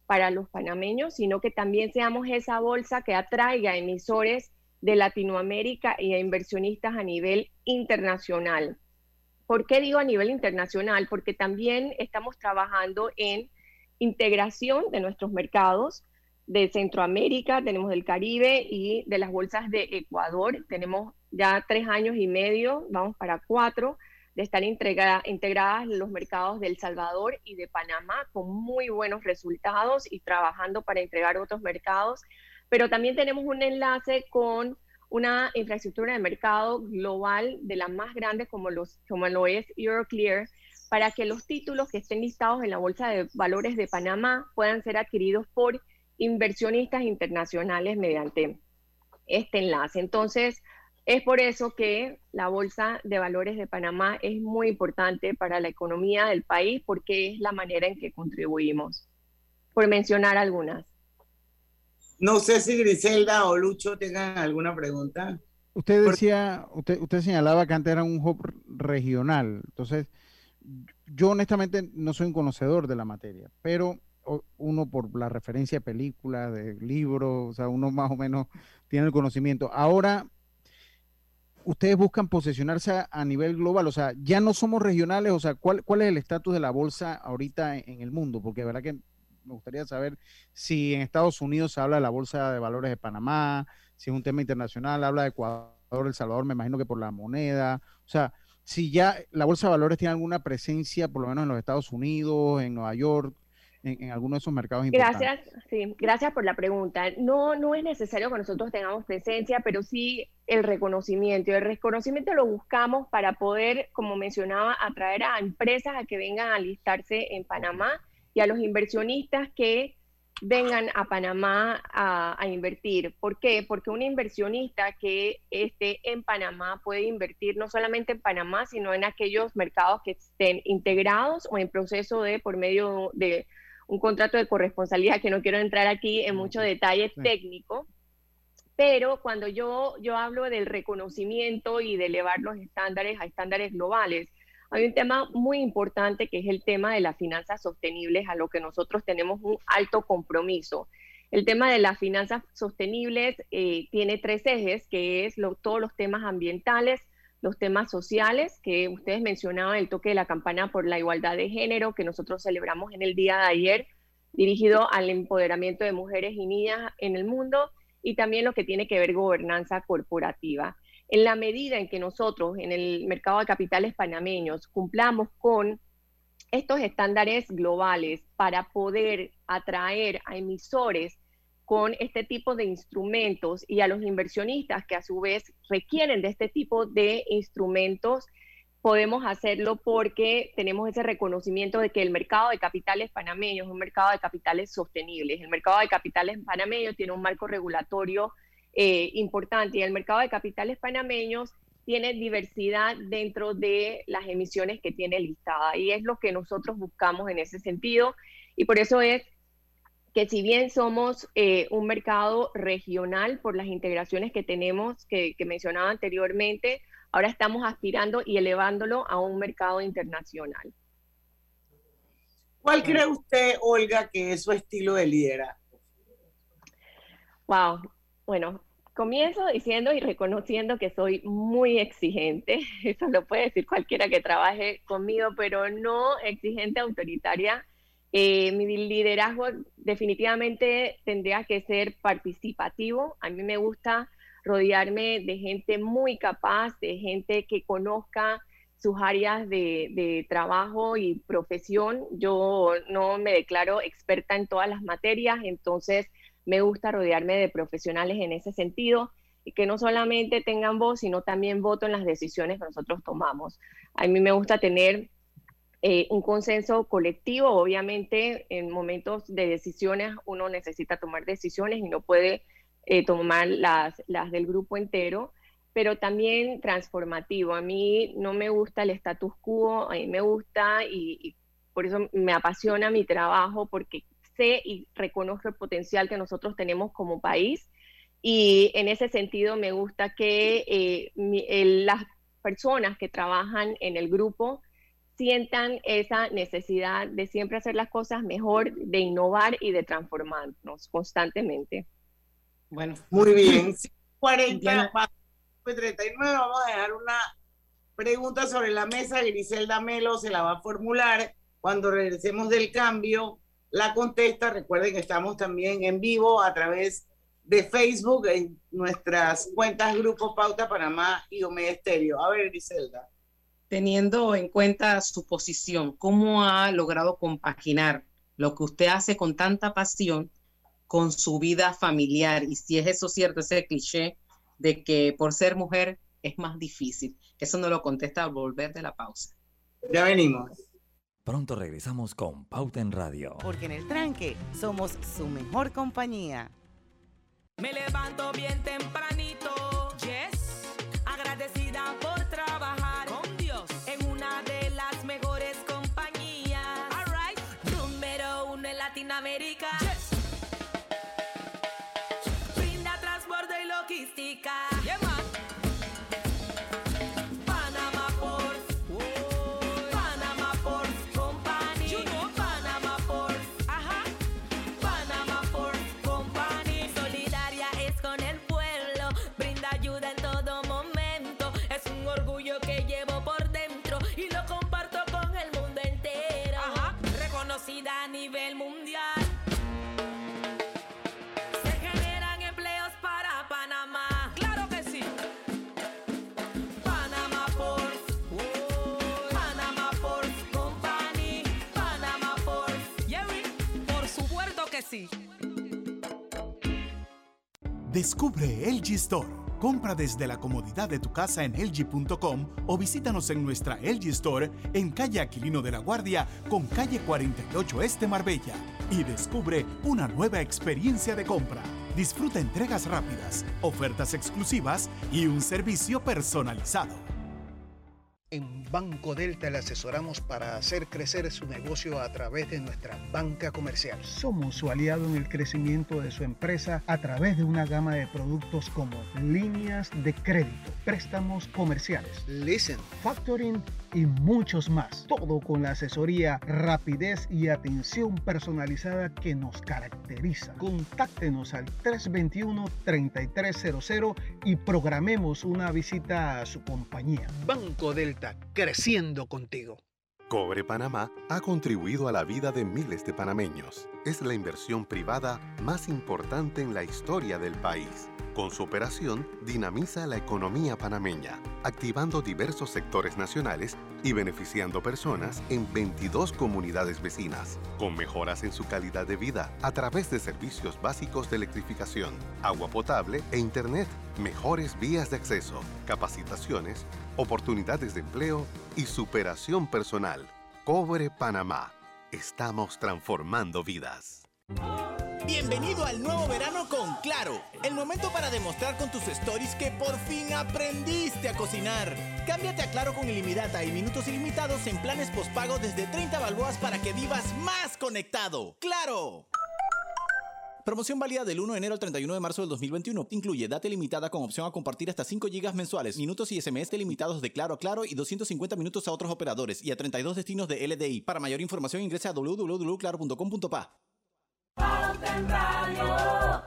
para los panameños, sino que también seamos esa bolsa que atraiga emisores de Latinoamérica y a inversionistas a nivel internacional. ¿Por qué digo a nivel internacional? Porque también estamos trabajando en integración de nuestros mercados de Centroamérica, tenemos del Caribe y de las bolsas de Ecuador. Tenemos ya tres años y medio, vamos para cuatro, de estar integra integradas en los mercados de El Salvador y de Panamá con muy buenos resultados y trabajando para entregar otros mercados. Pero también tenemos un enlace con una infraestructura de mercado global de las más grandes como, los, como lo es Euroclear, para que los títulos que estén listados en la Bolsa de Valores de Panamá puedan ser adquiridos por inversionistas internacionales mediante este enlace. Entonces, es por eso que la Bolsa de Valores de Panamá es muy importante para la economía del país, porque es la manera en que contribuimos, por mencionar algunas. No sé si Griselda o Lucho tengan alguna pregunta. Usted decía, usted, usted señalaba que antes era un hub regional. Entonces, yo honestamente no soy un conocedor de la materia, pero uno por la referencia de películas, de libros, o sea, uno más o menos tiene el conocimiento. Ahora, ustedes buscan posicionarse a, a nivel global, o sea, ya no somos regionales, o sea, ¿cuál, cuál es el estatus de la bolsa ahorita en, en el mundo? Porque de verdad que me gustaría saber si en Estados Unidos se habla de la Bolsa de Valores de Panamá, si es un tema internacional, habla de Ecuador, El Salvador, me imagino que por la moneda, o sea, si ya la Bolsa de Valores tiene alguna presencia, por lo menos en los Estados Unidos, en Nueva York, en, en alguno de esos mercados importantes. Gracias, sí, gracias por la pregunta. No, no es necesario que nosotros tengamos presencia, pero sí el reconocimiento. El reconocimiento lo buscamos para poder, como mencionaba, atraer a empresas a que vengan a listarse en Panamá y a los inversionistas que vengan a Panamá a, a invertir. ¿Por qué? Porque un inversionista que esté en Panamá puede invertir no solamente en Panamá, sino en aquellos mercados que estén integrados o en proceso de, por medio de un contrato de corresponsabilidad, que no quiero entrar aquí en mucho detalle técnico, pero cuando yo, yo hablo del reconocimiento y de elevar los estándares a estándares globales, hay un tema muy importante que es el tema de las finanzas sostenibles, a lo que nosotros tenemos un alto compromiso. El tema de las finanzas sostenibles eh, tiene tres ejes, que es lo, todos los temas ambientales, los temas sociales, que ustedes mencionaban el toque de la campana por la igualdad de género, que nosotros celebramos en el día de ayer, dirigido al empoderamiento de mujeres y niñas en el mundo, y también lo que tiene que ver gobernanza corporativa. En la medida en que nosotros en el mercado de capitales panameños cumplamos con estos estándares globales para poder atraer a emisores con este tipo de instrumentos y a los inversionistas que a su vez requieren de este tipo de instrumentos, podemos hacerlo porque tenemos ese reconocimiento de que el mercado de capitales panameños es un mercado de capitales sostenibles. El mercado de capitales panameños tiene un marco regulatorio eh, importante y el mercado de capitales panameños tiene diversidad dentro de las emisiones que tiene listada, y es lo que nosotros buscamos en ese sentido, y por eso es que si bien somos eh, un mercado regional por las integraciones que tenemos, que, que mencionaba anteriormente, ahora estamos aspirando y elevándolo a un mercado internacional. ¿Cuál cree usted, Olga, que es su estilo de liderazgo? Wow, bueno, comienzo diciendo y reconociendo que soy muy exigente, eso lo puede decir cualquiera que trabaje conmigo, pero no exigente, autoritaria. Eh, mi liderazgo definitivamente tendría que ser participativo. A mí me gusta rodearme de gente muy capaz, de gente que conozca sus áreas de, de trabajo y profesión. Yo no me declaro experta en todas las materias, entonces me gusta rodearme de profesionales en ese sentido, y que no solamente tengan voz, sino también voto en las decisiones que nosotros tomamos. A mí me gusta tener eh, un consenso colectivo. Obviamente en momentos de decisiones uno necesita tomar decisiones y no puede eh, tomar las, las del grupo entero, pero también transformativo. A mí no me gusta el status quo, a mí me gusta y, y por eso me apasiona mi trabajo, porque sé y reconozco el potencial que nosotros tenemos como país, y en ese sentido me gusta que eh, mi, el, las personas que trabajan en el grupo sientan esa necesidad de siempre hacer las cosas mejor, de innovar y de transformarnos constantemente. Bueno, muy bien. cuarenta, treinta y nueve, vamos a dejar una pregunta sobre la mesa. Griselda Melo se la va a formular. Cuando regresemos del cambio, la contesta. Recuerden que estamos también en vivo a través de Facebook, en nuestras cuentas Grupo Pauta Panamá y Omega Estéreo. A ver, Griselda. Teniendo en cuenta su posición, ¿cómo ha logrado compaginar lo que usted hace con tanta pasión con su vida familiar? Y si es eso cierto, ese cliché de que por ser mujer es más difícil. Eso no lo contesta al volver de la pausa. Ya venimos. Pronto regresamos con Pauta en Radio. Porque en el tranque somos su mejor compañía. Me levanto bien tempranito, yes, agradecida por trabajar con Dios en una de las mejores compañías. All right. Número uno en Latinoamérica, yes. Brinda transporte y logística, yeah, man. Panama Ports, oh. Panama Ports Company, you know Panama Ports, ajá. Panama Ports Company, solidaria es con el pueblo, brinda ayuda en todo momento, es un orgullo que llevo por dentro y lo comparto con el mundo entero, ajá. Reconocida a nivel mundial. Se generan empleos para Panamá, claro que sí. Panama Ports, oh. Panama Ports Company, Panama Ports, yeah, por supuesto que sí. Descubre L G Store. Compra desde la comodidad de tu casa en L G punto com o visítanos en nuestra L G Store en calle Aquilino de la Guardia con calle cuarenta y ocho Este Marbella y descubre una nueva experiencia de compra. Disfruta entregas rápidas, ofertas exclusivas y un servicio personalizado. En Banco Delta le asesoramos para hacer crecer su negocio a través de nuestra banca comercial. Somos su aliado en el crecimiento de su empresa a través de una gama de productos como líneas de crédito, préstamos comerciales, leasing, factoring y muchos más. Todo con la asesoría, rapidez y atención personalizada que nos caracteriza. Contáctenos al tres dos uno, tres tres cero cero y programemos una visita a su compañía. Banco Delta, creciendo contigo. Cobre Panamá ha contribuido a la vida de miles de panameños. Es la inversión privada más importante en la historia del país. Con su operación, dinamiza la economía panameña, activando diversos sectores nacionales y beneficiando personas en veintidós comunidades vecinas, con mejoras en su calidad de vida a través de servicios básicos de electrificación, agua potable e internet, mejores vías de acceso, capacitaciones, oportunidades de empleo y superación personal. Cobre Panamá. Estamos transformando vidas. Bienvenido al nuevo verano con Claro. El momento para demostrar con tus stories que por fin aprendiste a cocinar. Cámbiate a Claro con ilimitada y minutos ilimitados en planes postpago desde treinta balboas para que vivas más conectado. ¡Claro! Promoción válida del uno de enero al treinta y uno de marzo del dos mil veintiuno. Incluye data ilimitada con opción a compartir hasta cinco gigas mensuales, minutos y S M S limitados de Claro a Claro y doscientos cincuenta minutos a otros operadores y a treinta y dos destinos de L D I. Para mayor información ingresa a w w w punto claro punto com punto pa. Pauta en Radio.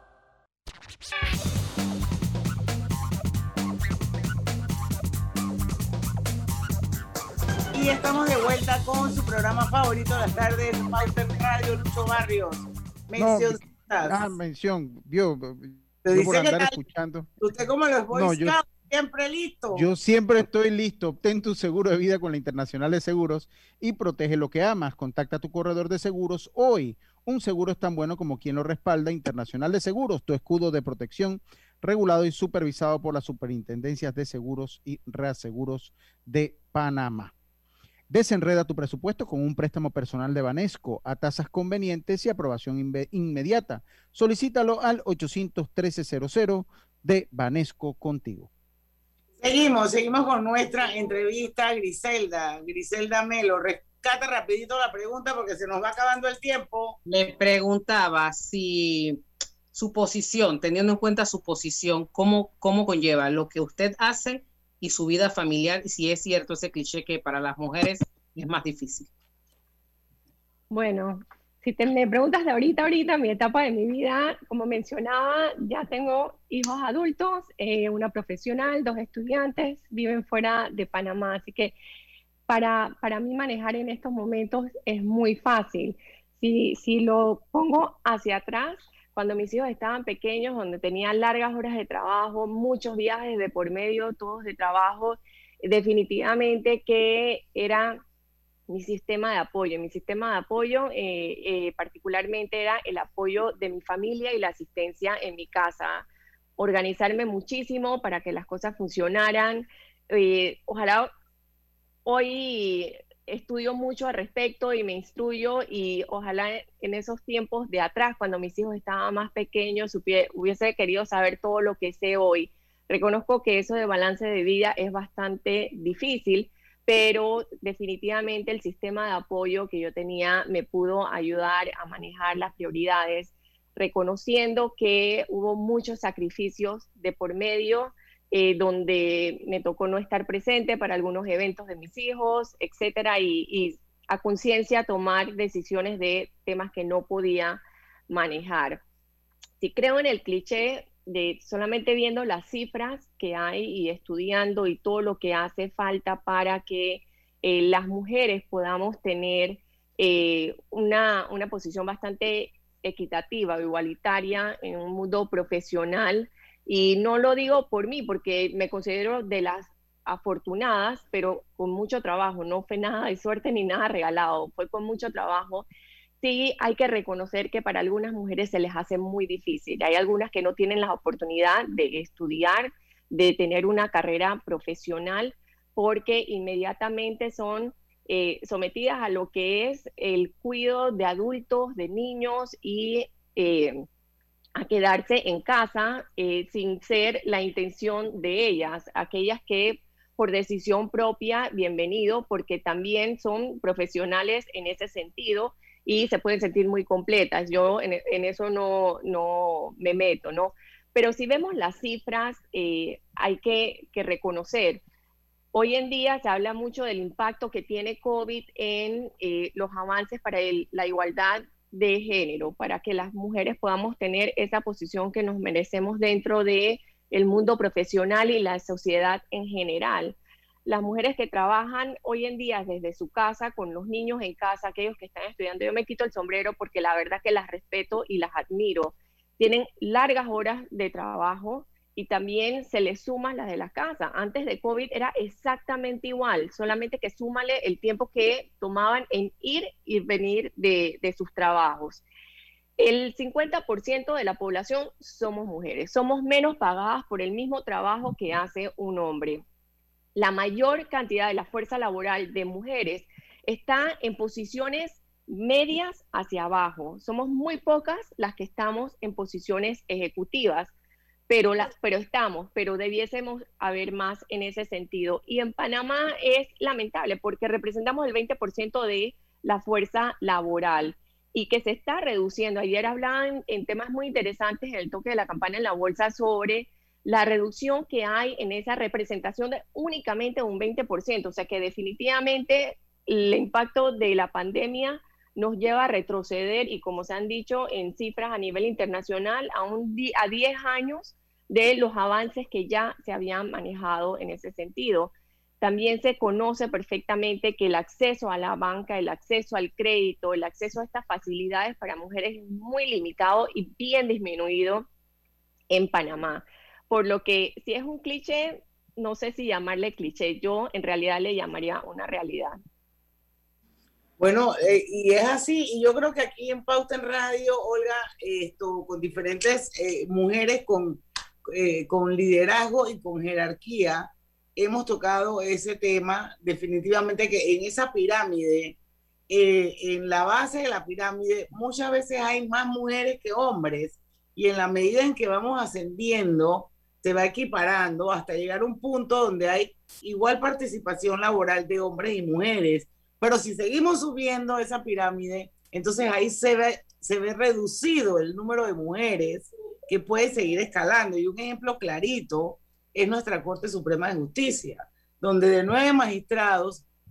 Y estamos de vuelta con su programa favorito de las tardes, Pauta en Radio. Lucho Barrios. Mención. No, ah, mención. Yo, Te yo por dice que andar tal- escuchando. Usted como los Boy No, yo- Scouts, siempre listo. Yo siempre estoy listo. Obtén tu seguro de vida con la Internacional de Seguros y protege lo que amas. Contacta a tu corredor de seguros hoy. Un seguro es tan bueno como quien lo respalda. Internacional de Seguros, tu escudo de protección, regulado y supervisado por las superintendencias de seguros y reaseguros de Panamá. Desenreda tu presupuesto con un préstamo personal de Banesco a tasas convenientes y aprobación inve- inmediata. Solicítalo al ochocientos trece cero cero de Banesco contigo. Seguimos, seguimos con nuestra entrevista a Griselda. Griselda Melo, rescata rapidito la pregunta porque se nos va acabando el tiempo. Le preguntaba si su posición, teniendo en cuenta su posición, cómo, cómo conlleva lo que usted hace y su vida familiar, y si es cierto ese cliché que para las mujeres es más difícil. Bueno, si te me preguntas de ahorita, ahorita, mi etapa de mi vida, como mencionaba, ya tengo hijos adultos, eh, una profesional, dos estudiantes, viven fuera de Panamá, así que para, para mí manejar en estos momentos es muy fácil. Si, si lo pongo hacia atrás, cuando mis hijos estaban pequeños, donde tenía largas horas de trabajo, muchos viajes de por medio, todos de trabajo, definitivamente que era mi sistema de apoyo. Mi sistema de apoyo eh, eh, particularmente era el apoyo de mi familia y la asistencia en mi casa. Organizarme muchísimo para que las cosas funcionaran. Eh, ojalá hoy estudio mucho al respecto y me instruyo, y ojalá en esos tiempos de atrás, cuando mis hijos estaban más pequeños, supie, hubiese querido saber todo lo que sé hoy. Reconozco que eso de balance de vida es bastante difícil, pero definitivamente el sistema de apoyo que yo tenía me pudo ayudar a manejar las prioridades, reconociendo que hubo muchos sacrificios de por medio, eh, donde me tocó no estar presente para algunos eventos de mis hijos, etcétera, y, y a conciencia tomar decisiones de temas que no podía manejar. Si creo en el cliché de solamente viendo las cifras que hay y estudiando y todo lo que hace falta para que eh, las mujeres podamos tener eh, una, una posición bastante equitativa o igualitaria en un mundo profesional. Y no lo digo por mí, porque me considero de las afortunadas, pero con mucho trabajo. No fue nada de suerte ni nada regalado, fue con mucho trabajo. Sí, hay que reconocer que para algunas mujeres se les hace muy difícil. Hay algunas que no tienen la oportunidad de estudiar, de tener una carrera profesional, porque inmediatamente son eh, sometidas a lo que es el cuidado de adultos, de niños, y eh, a quedarse en casa eh, sin ser la intención de ellas. Aquellas que por decisión propia, bienvenido, porque también son profesionales en ese sentido, y se pueden sentir muy completas. Yo en, en eso no, no me meto, ¿no? Pero si vemos las cifras, eh, hay que, que reconocer. Hoy en día se habla mucho del impacto que tiene COVID en eh, los avances para el, la igualdad de género, para que las mujeres podamos tener esa posición que nos merecemos dentro del mundo profesional y la sociedad en general. Las mujeres que trabajan hoy en día desde su casa, con los niños en casa, aquellos que están estudiando, yo me quito el sombrero porque la verdad que las respeto y las admiro. Tienen largas horas de trabajo y también se les suman las de la casa. Antes de COVID era exactamente igual, solamente que súmale el tiempo que tomaban en ir y venir de, de sus trabajos. El cincuenta por ciento de la población somos mujeres, somos menos pagadas por el mismo trabajo que hace un hombre. La mayor cantidad de la fuerza laboral de mujeres está en posiciones medias hacia abajo. Somos muy pocas las que estamos en posiciones ejecutivas, pero, la, pero estamos, pero debiésemos haber más en ese sentido. Y en Panamá es lamentable porque representamos el veinte por ciento de la fuerza laboral y que se está reduciendo. Ayer hablaban en temas muy interesantes en el toque de la campana en la bolsa sobre la reducción que hay en esa representación de únicamente un veinte por ciento, o sea que definitivamente el impacto de la pandemia nos lleva a retroceder, y como se han dicho en cifras a nivel internacional, a, un, a diez años de los avances que ya se habían manejado en ese sentido. También se conoce perfectamente que el acceso a la banca, el acceso al crédito, el acceso a estas facilidades para mujeres es muy limitado y bien disminuido en Panamá. Por lo que si es un cliché, no sé si llamarle cliché, yo en realidad le llamaría una realidad. Bueno, eh, y es así, y yo creo que aquí en Pauta en Radio, Olga, esto, con diferentes eh, mujeres con, eh, con liderazgo y con jerarquía, hemos tocado ese tema, definitivamente que en esa pirámide, eh, en la base de la pirámide, muchas veces hay más mujeres que hombres, y en la medida en que vamos ascendiendo, se va equiparando hasta llegar a un punto donde hay igual participación laboral de hombres y mujeres. Pero si seguimos subiendo esa pirámide, entonces ahí se ve, se ve reducido el número de mujeres que puede seguir escalando. Y un ejemplo clarito es nuestra Corte Suprema de Justicia, donde de nueve magistrados,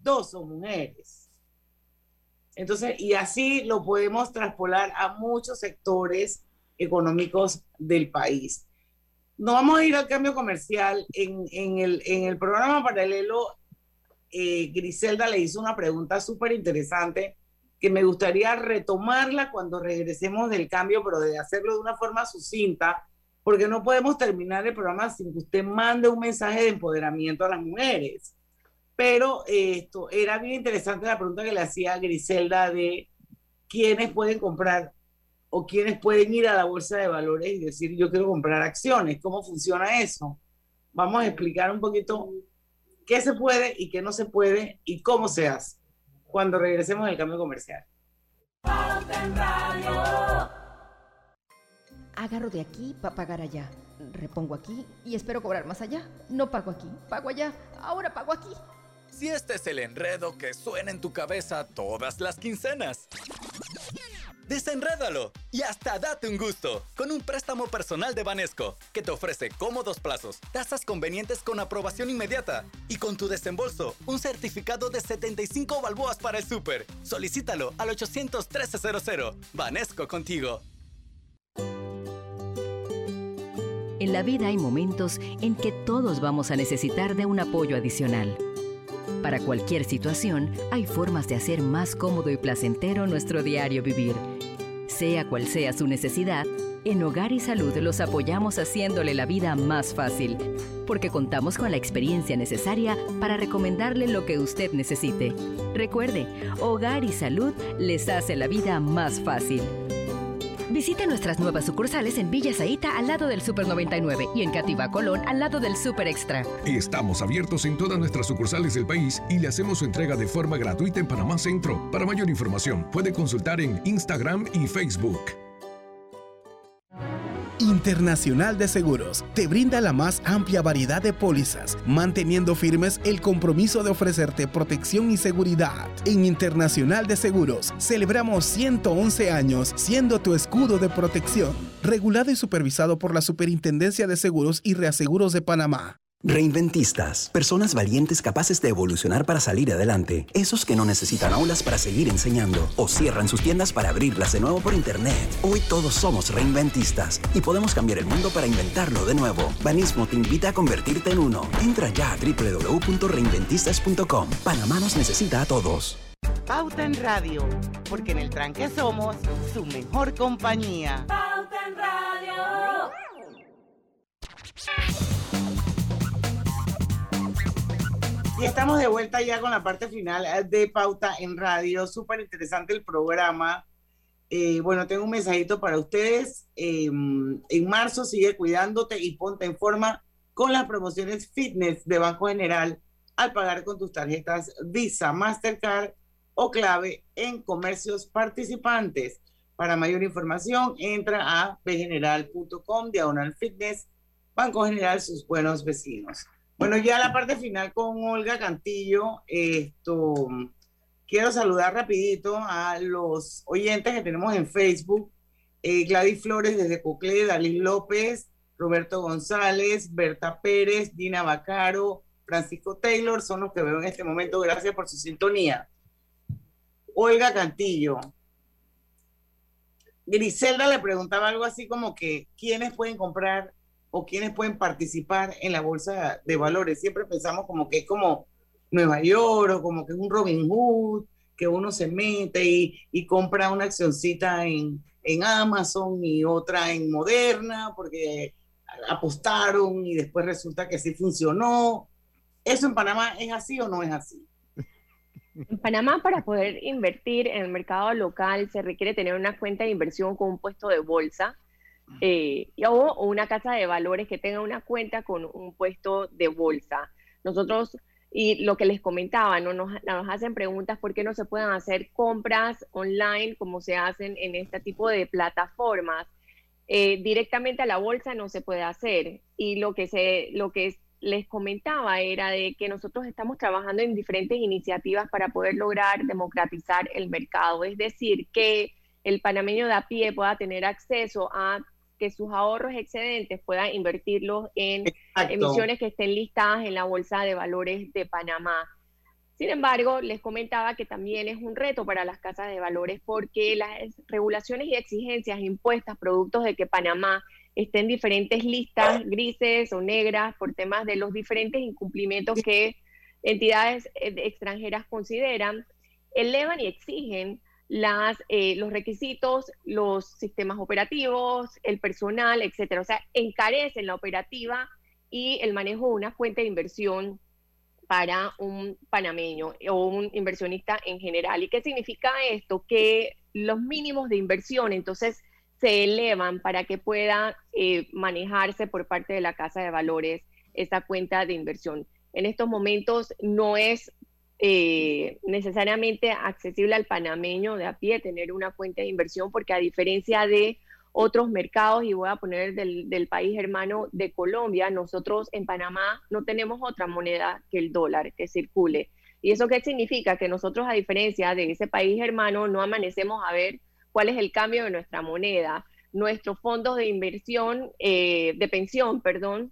dos son mujeres. Entonces, y así lo podemos traspolar a muchos sectores económicos del país. Nos vamos a ir al cambio comercial. En, en, el, en el programa paralelo, eh, Griselda le hizo una pregunta súper interesante que me gustaría retomarla cuando regresemos del cambio, pero de hacerlo de una forma sucinta, porque no podemos terminar el programa sin que usted mande un mensaje de empoderamiento a las mujeres. Pero eh, esto era bien interesante la pregunta que le hacía Griselda de quiénes pueden comprar o quiénes pueden ir a la bolsa de valores y decir yo quiero comprar acciones. ¿Cómo funciona eso? Vamos a explicar un poquito qué se puede y qué no se puede y cómo se hace cuando regresemos del cambio comercial. Pauta en Radio. Agarro de aquí para pagar allá. Repongo aquí y espero cobrar más allá. No pago aquí, pago allá. Ahora pago aquí. Si este es el enredo que suena en tu cabeza todas las quincenas, desenrédalo y hasta date un gusto con un préstamo personal de Banesco que te ofrece cómodos plazos, tasas convenientes con aprobación inmediata y con tu desembolso un certificado de setenta y cinco balboas para el súper. Solicítalo al ochocientos trece cero cero. Banesco contigo. En la vida hay momentos en que todos vamos a necesitar de un apoyo adicional. Para cualquier situación, hay formas de hacer más cómodo y placentero nuestro diario vivir. Sea cual sea su necesidad, en Hogar y Salud los apoyamos haciéndole la vida más fácil, porque contamos con la experiencia necesaria para recomendarle lo que usted necesite. Recuerde, Hogar y Salud les hace la vida más fácil. Visite nuestras nuevas sucursales en Villa Zaita al lado del Super noventa y nueve y en Cativa Colón al lado del Super Extra. Estamos abiertos en todas nuestras sucursales del país y le hacemos su entrega de forma gratuita en Panamá Centro. Para mayor información, puede consultar en Instagram y Facebook. Internacional de Seguros te brinda la más amplia variedad de pólizas, manteniendo firmes el compromiso de ofrecerte protección y seguridad. En Internacional de Seguros celebramos ciento once años siendo tu escudo de protección, regulado y supervisado por la Superintendencia de Seguros y Reaseguros de Panamá. Reinventistas, personas valientes capaces de evolucionar para salir adelante. Esos que no necesitan aulas para seguir enseñando o cierran sus tiendas para abrirlas de nuevo por internet. Hoy todos somos reinventistas y podemos cambiar el mundo para inventarlo de nuevo. Banismo te invita a convertirte en uno. Entra ya a doble u doble u doble u punto reinventistas punto com. Panamá nos necesita a todos. Pauta en Radio, porque en el tranque somos su mejor compañía. Pauta en Radio. Y estamos de vuelta ya con la parte final de Pauta en Radio. Súper interesante el programa. Eh, bueno, tengo un mensajito para ustedes. Eh, en marzo sigue cuidándote y ponte en forma con las promociones fitness de Banco General al pagar con tus tarjetas Visa, Mastercard o Clave en comercios participantes. Para mayor información, entra a bgeneral punto com, diagonal fitness, Banco General, sus buenos vecinos. Bueno, ya la parte final con Olga Cantillo. Esto, quiero saludar rapidito a los oyentes que tenemos en Facebook. Eh, Gladys Flores desde Coclé, Dalí López, Roberto González, Berta Pérez, Dina Bacaro, Francisco Taylor, son los que veo en este momento. Gracias por su sintonía. Olga Cantillo. Griselda le preguntaba algo así como que ¿quiénes pueden comprar o quiénes pueden participar en la bolsa de valores? Siempre pensamos como que es como Nueva York o como que es un Robin Hood, que uno se mete y, y compra una accioncita en, en Amazon y otra en Moderna porque apostaron y después resulta que sí funcionó. ¿Eso en Panamá es así o no es así? En Panamá, para poder invertir en el mercado local se requiere tener una cuenta de inversión con un puesto de bolsa. Eh, o una casa de valores que tenga una cuenta con un puesto de bolsa. Nosotros, y lo que les comentaba, ¿no? nos, nos hacen preguntas por qué no se pueden hacer compras online como se hacen en este tipo de plataformas. Eh, directamente a la bolsa no se puede hacer, y lo que, se, lo que les comentaba era de que nosotros estamos trabajando en diferentes iniciativas para poder lograr democratizar el mercado, es decir, que el panameño de a pie pueda tener acceso a que sus ahorros excedentes pueda invertirlos en Exacto. emisiones que estén listadas en la Bolsa de Valores de Panamá. Sin embargo, les comentaba que también es un reto para las casas de valores porque las regulaciones y exigencias impuestas productos de que Panamá esté en diferentes listas grises o negras por temas de los diferentes incumplimientos que entidades extranjeras consideran, elevan y exigen las, eh, los requisitos, los sistemas operativos, el personal, etcétera. O sea, encarecen la operativa y el manejo de una fuente de inversión para un panameño o un inversionista en general. ¿Y qué significa esto? Que los mínimos de inversión entonces se elevan para que pueda eh, manejarse por parte de la Casa de Valores esta cuenta de inversión. En estos momentos no es eh, necesariamente accesible al panameño de a pie tener una cuenta de inversión porque a diferencia de otros mercados, y voy a poner del, del país hermano de Colombia, nosotros en Panamá no tenemos otra moneda que el dólar que circule. ¿Y eso qué significa? Que nosotros, a diferencia de ese país hermano, no amanecemos a ver cuál es el cambio de nuestra moneda. Nuestros fondos de inversión, eh, de pensión, perdón,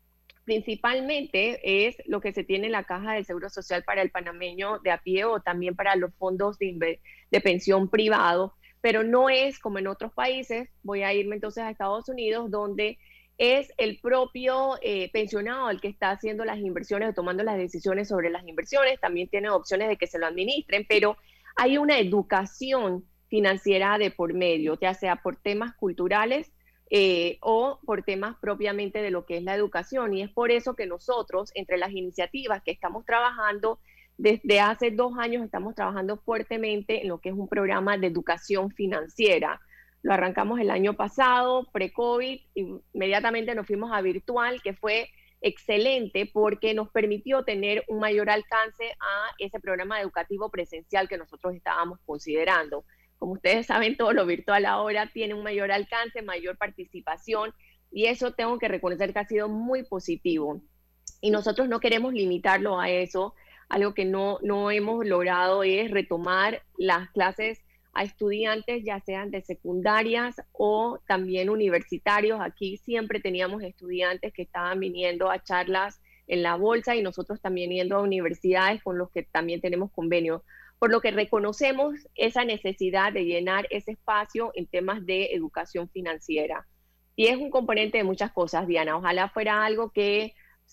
principalmente es lo que se tiene en la Caja del Seguro Social para el panameño de a pie o también para los fondos de, de pensión privado, pero no es como en otros países. Voy a irme entonces a Estados Unidos, donde es el propio eh, pensionado el que está haciendo las inversiones o tomando las decisiones sobre las inversiones. También tiene opciones de que se lo administren, pero hay una educación financiera de por medio, ya sea por temas culturales eh, o por temas propiamente de lo que es la educación. Y es por eso que nosotros, entre las iniciativas que estamos trabajando, desde hace dos años estamos trabajando fuertemente en lo que es un programa de educación financiera. Lo arrancamos el año pasado, pre-COVID, inmediatamente nos fuimos a virtual, que fue excelente porque nos permitió tener un mayor alcance a ese programa educativo presencial que nosotros estábamos considerando. Como ustedes saben, todo lo virtual ahora tiene un mayor alcance, mayor participación, y eso tengo que reconocer que ha sido muy positivo. Y nosotros no queremos limitarlo a eso. Algo que no, no hemos logrado es retomar las clases a estudiantes, ya sean de secundarias o también universitarios. Aquí siempre teníamos estudiantes que estaban viniendo a charlas en la bolsa y nosotros también yendo a universidades con los que también tenemos convenio, por lo que reconocemos esa necesidad de llenar ese espacio en temas de educación financiera. Y es un componente de muchas cosas, Diana. Ojalá fuera algo que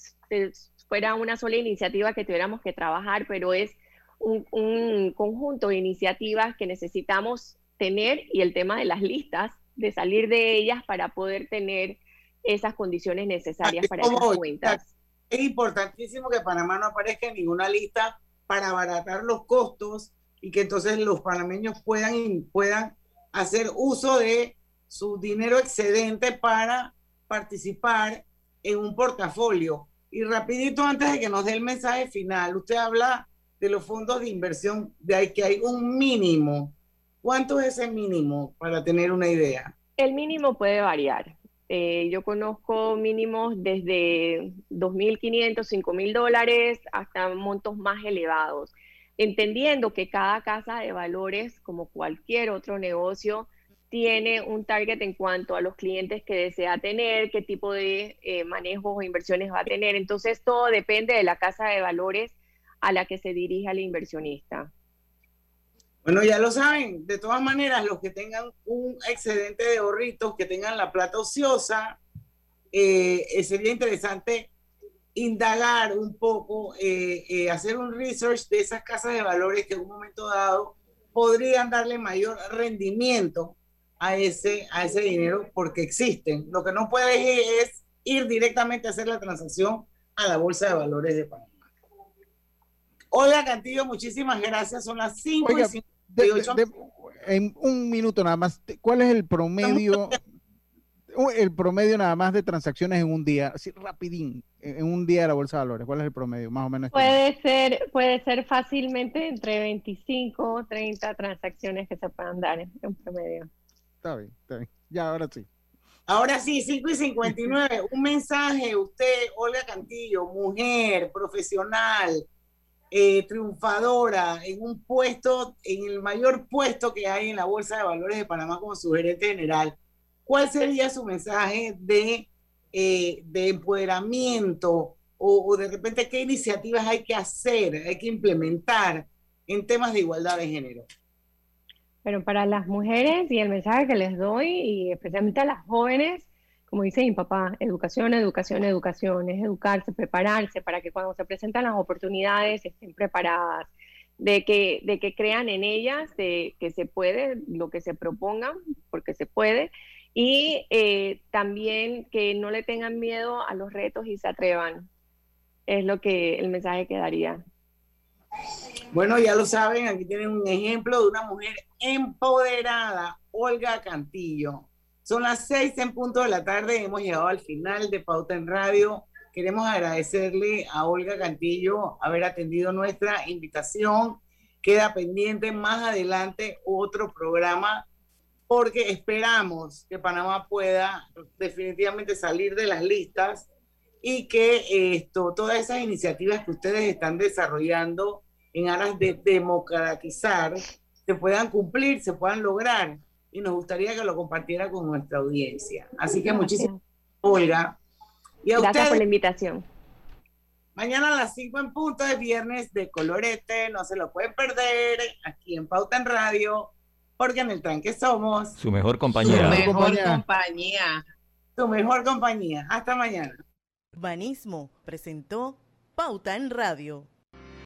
fuera una sola iniciativa que tuviéramos que trabajar, pero es un, un conjunto de iniciativas que necesitamos tener, y el tema de las listas, de salir de ellas para poder tener esas condiciones necesarias para esas cuentas. Es importantísimo que Panamá no aparezca en ninguna lista para abaratar los costos y que entonces los panameños puedan, puedan hacer uso de su dinero excedente para participar en un portafolio. Y rapidito, antes de que nos dé el mensaje final, usted habla de los fondos de inversión, de ahí que hay un mínimo. ¿Cuánto es ese mínimo para tener una idea? El mínimo puede variar. Eh, yo conozco mínimos desde dos mil quinientos, cinco mil dólares hasta montos más elevados, entendiendo que cada casa de valores, como cualquier otro negocio, tiene un target en cuanto a los clientes que desea tener, qué tipo de eh, manejos o inversiones va a tener. Entonces, todo depende de la casa de valores a la que se dirija el inversionista. Bueno, ya lo saben. De todas maneras, los que tengan un excedente de ahorritos, que tengan la plata ociosa, eh, sería interesante indagar un poco, eh, eh, hacer un research de esas casas de valores que en un momento dado podrían darle mayor rendimiento a ese, a ese dinero, porque existen. Lo que no puedes es ir directamente a hacer la transacción a la Bolsa de Valores de Panamá. Olga Cantillo, muchísimas gracias. Son las cinco y cincuenta y ocho. De, de, en un minuto nada más, ¿cuál es el promedio, el promedio nada más de transacciones en un día? Así rapidín, en un día de la Bolsa de Valores. ¿Cuál es el promedio, más o menos? Puede ser, puede ser fácilmente entre veinticinco o treinta transacciones que se puedan dar en un promedio. Está bien, está bien. Ya, ahora sí. Ahora sí, cinco y cincuenta y nueve. Un mensaje, usted, Olga Cantillo, mujer, profesional, eh, triunfadora, en un puesto, en el mayor puesto que hay en la Bolsa de Valores de Panamá como su gerente general. ¿Cuál sería su mensaje de, eh, de empoderamiento o, o de repente qué iniciativas hay que hacer, hay que implementar en temas de igualdad de género? Pero para las mujeres y el mensaje que les doy, y especialmente a las jóvenes, como dice mi papá, educación, educación, educación, es educarse, prepararse para que cuando se presentan las oportunidades estén preparadas, de que, de que crean en ellas, de que se puede, lo que se propongan, porque se puede, y eh, también que no le tengan miedo a los retos y se atrevan. Es lo que el mensaje que daría. Bueno, ya lo saben, aquí tienen un ejemplo de una mujer empoderada, Olga Cantillo. Son las seis en punto de la tarde, hemos llegado al final de Pauta en Radio. Queremos agradecerle a Olga Cantillo haber atendido nuestra invitación. Queda pendiente más adelante otro programa, porque esperamos que Panamá pueda definitivamente salir de las listas y que esto, todas esas iniciativas que ustedes están desarrollando en aras de democratizar se puedan cumplir, se puedan lograr, y nos gustaría que lo compartiera con nuestra audiencia. Así que muchísimas gracias, Olga. Y a Gracias ustedes, por la invitación. mañana a las cinco en punto de viernes de Colorete, no se lo pueden perder aquí en Pauta en Radio, porque en el tranque somos Su mejor compañía. Su mejor compañía. Tu mejor compañía. Hasta mañana. Urbanismo presentó Pauta en Radio.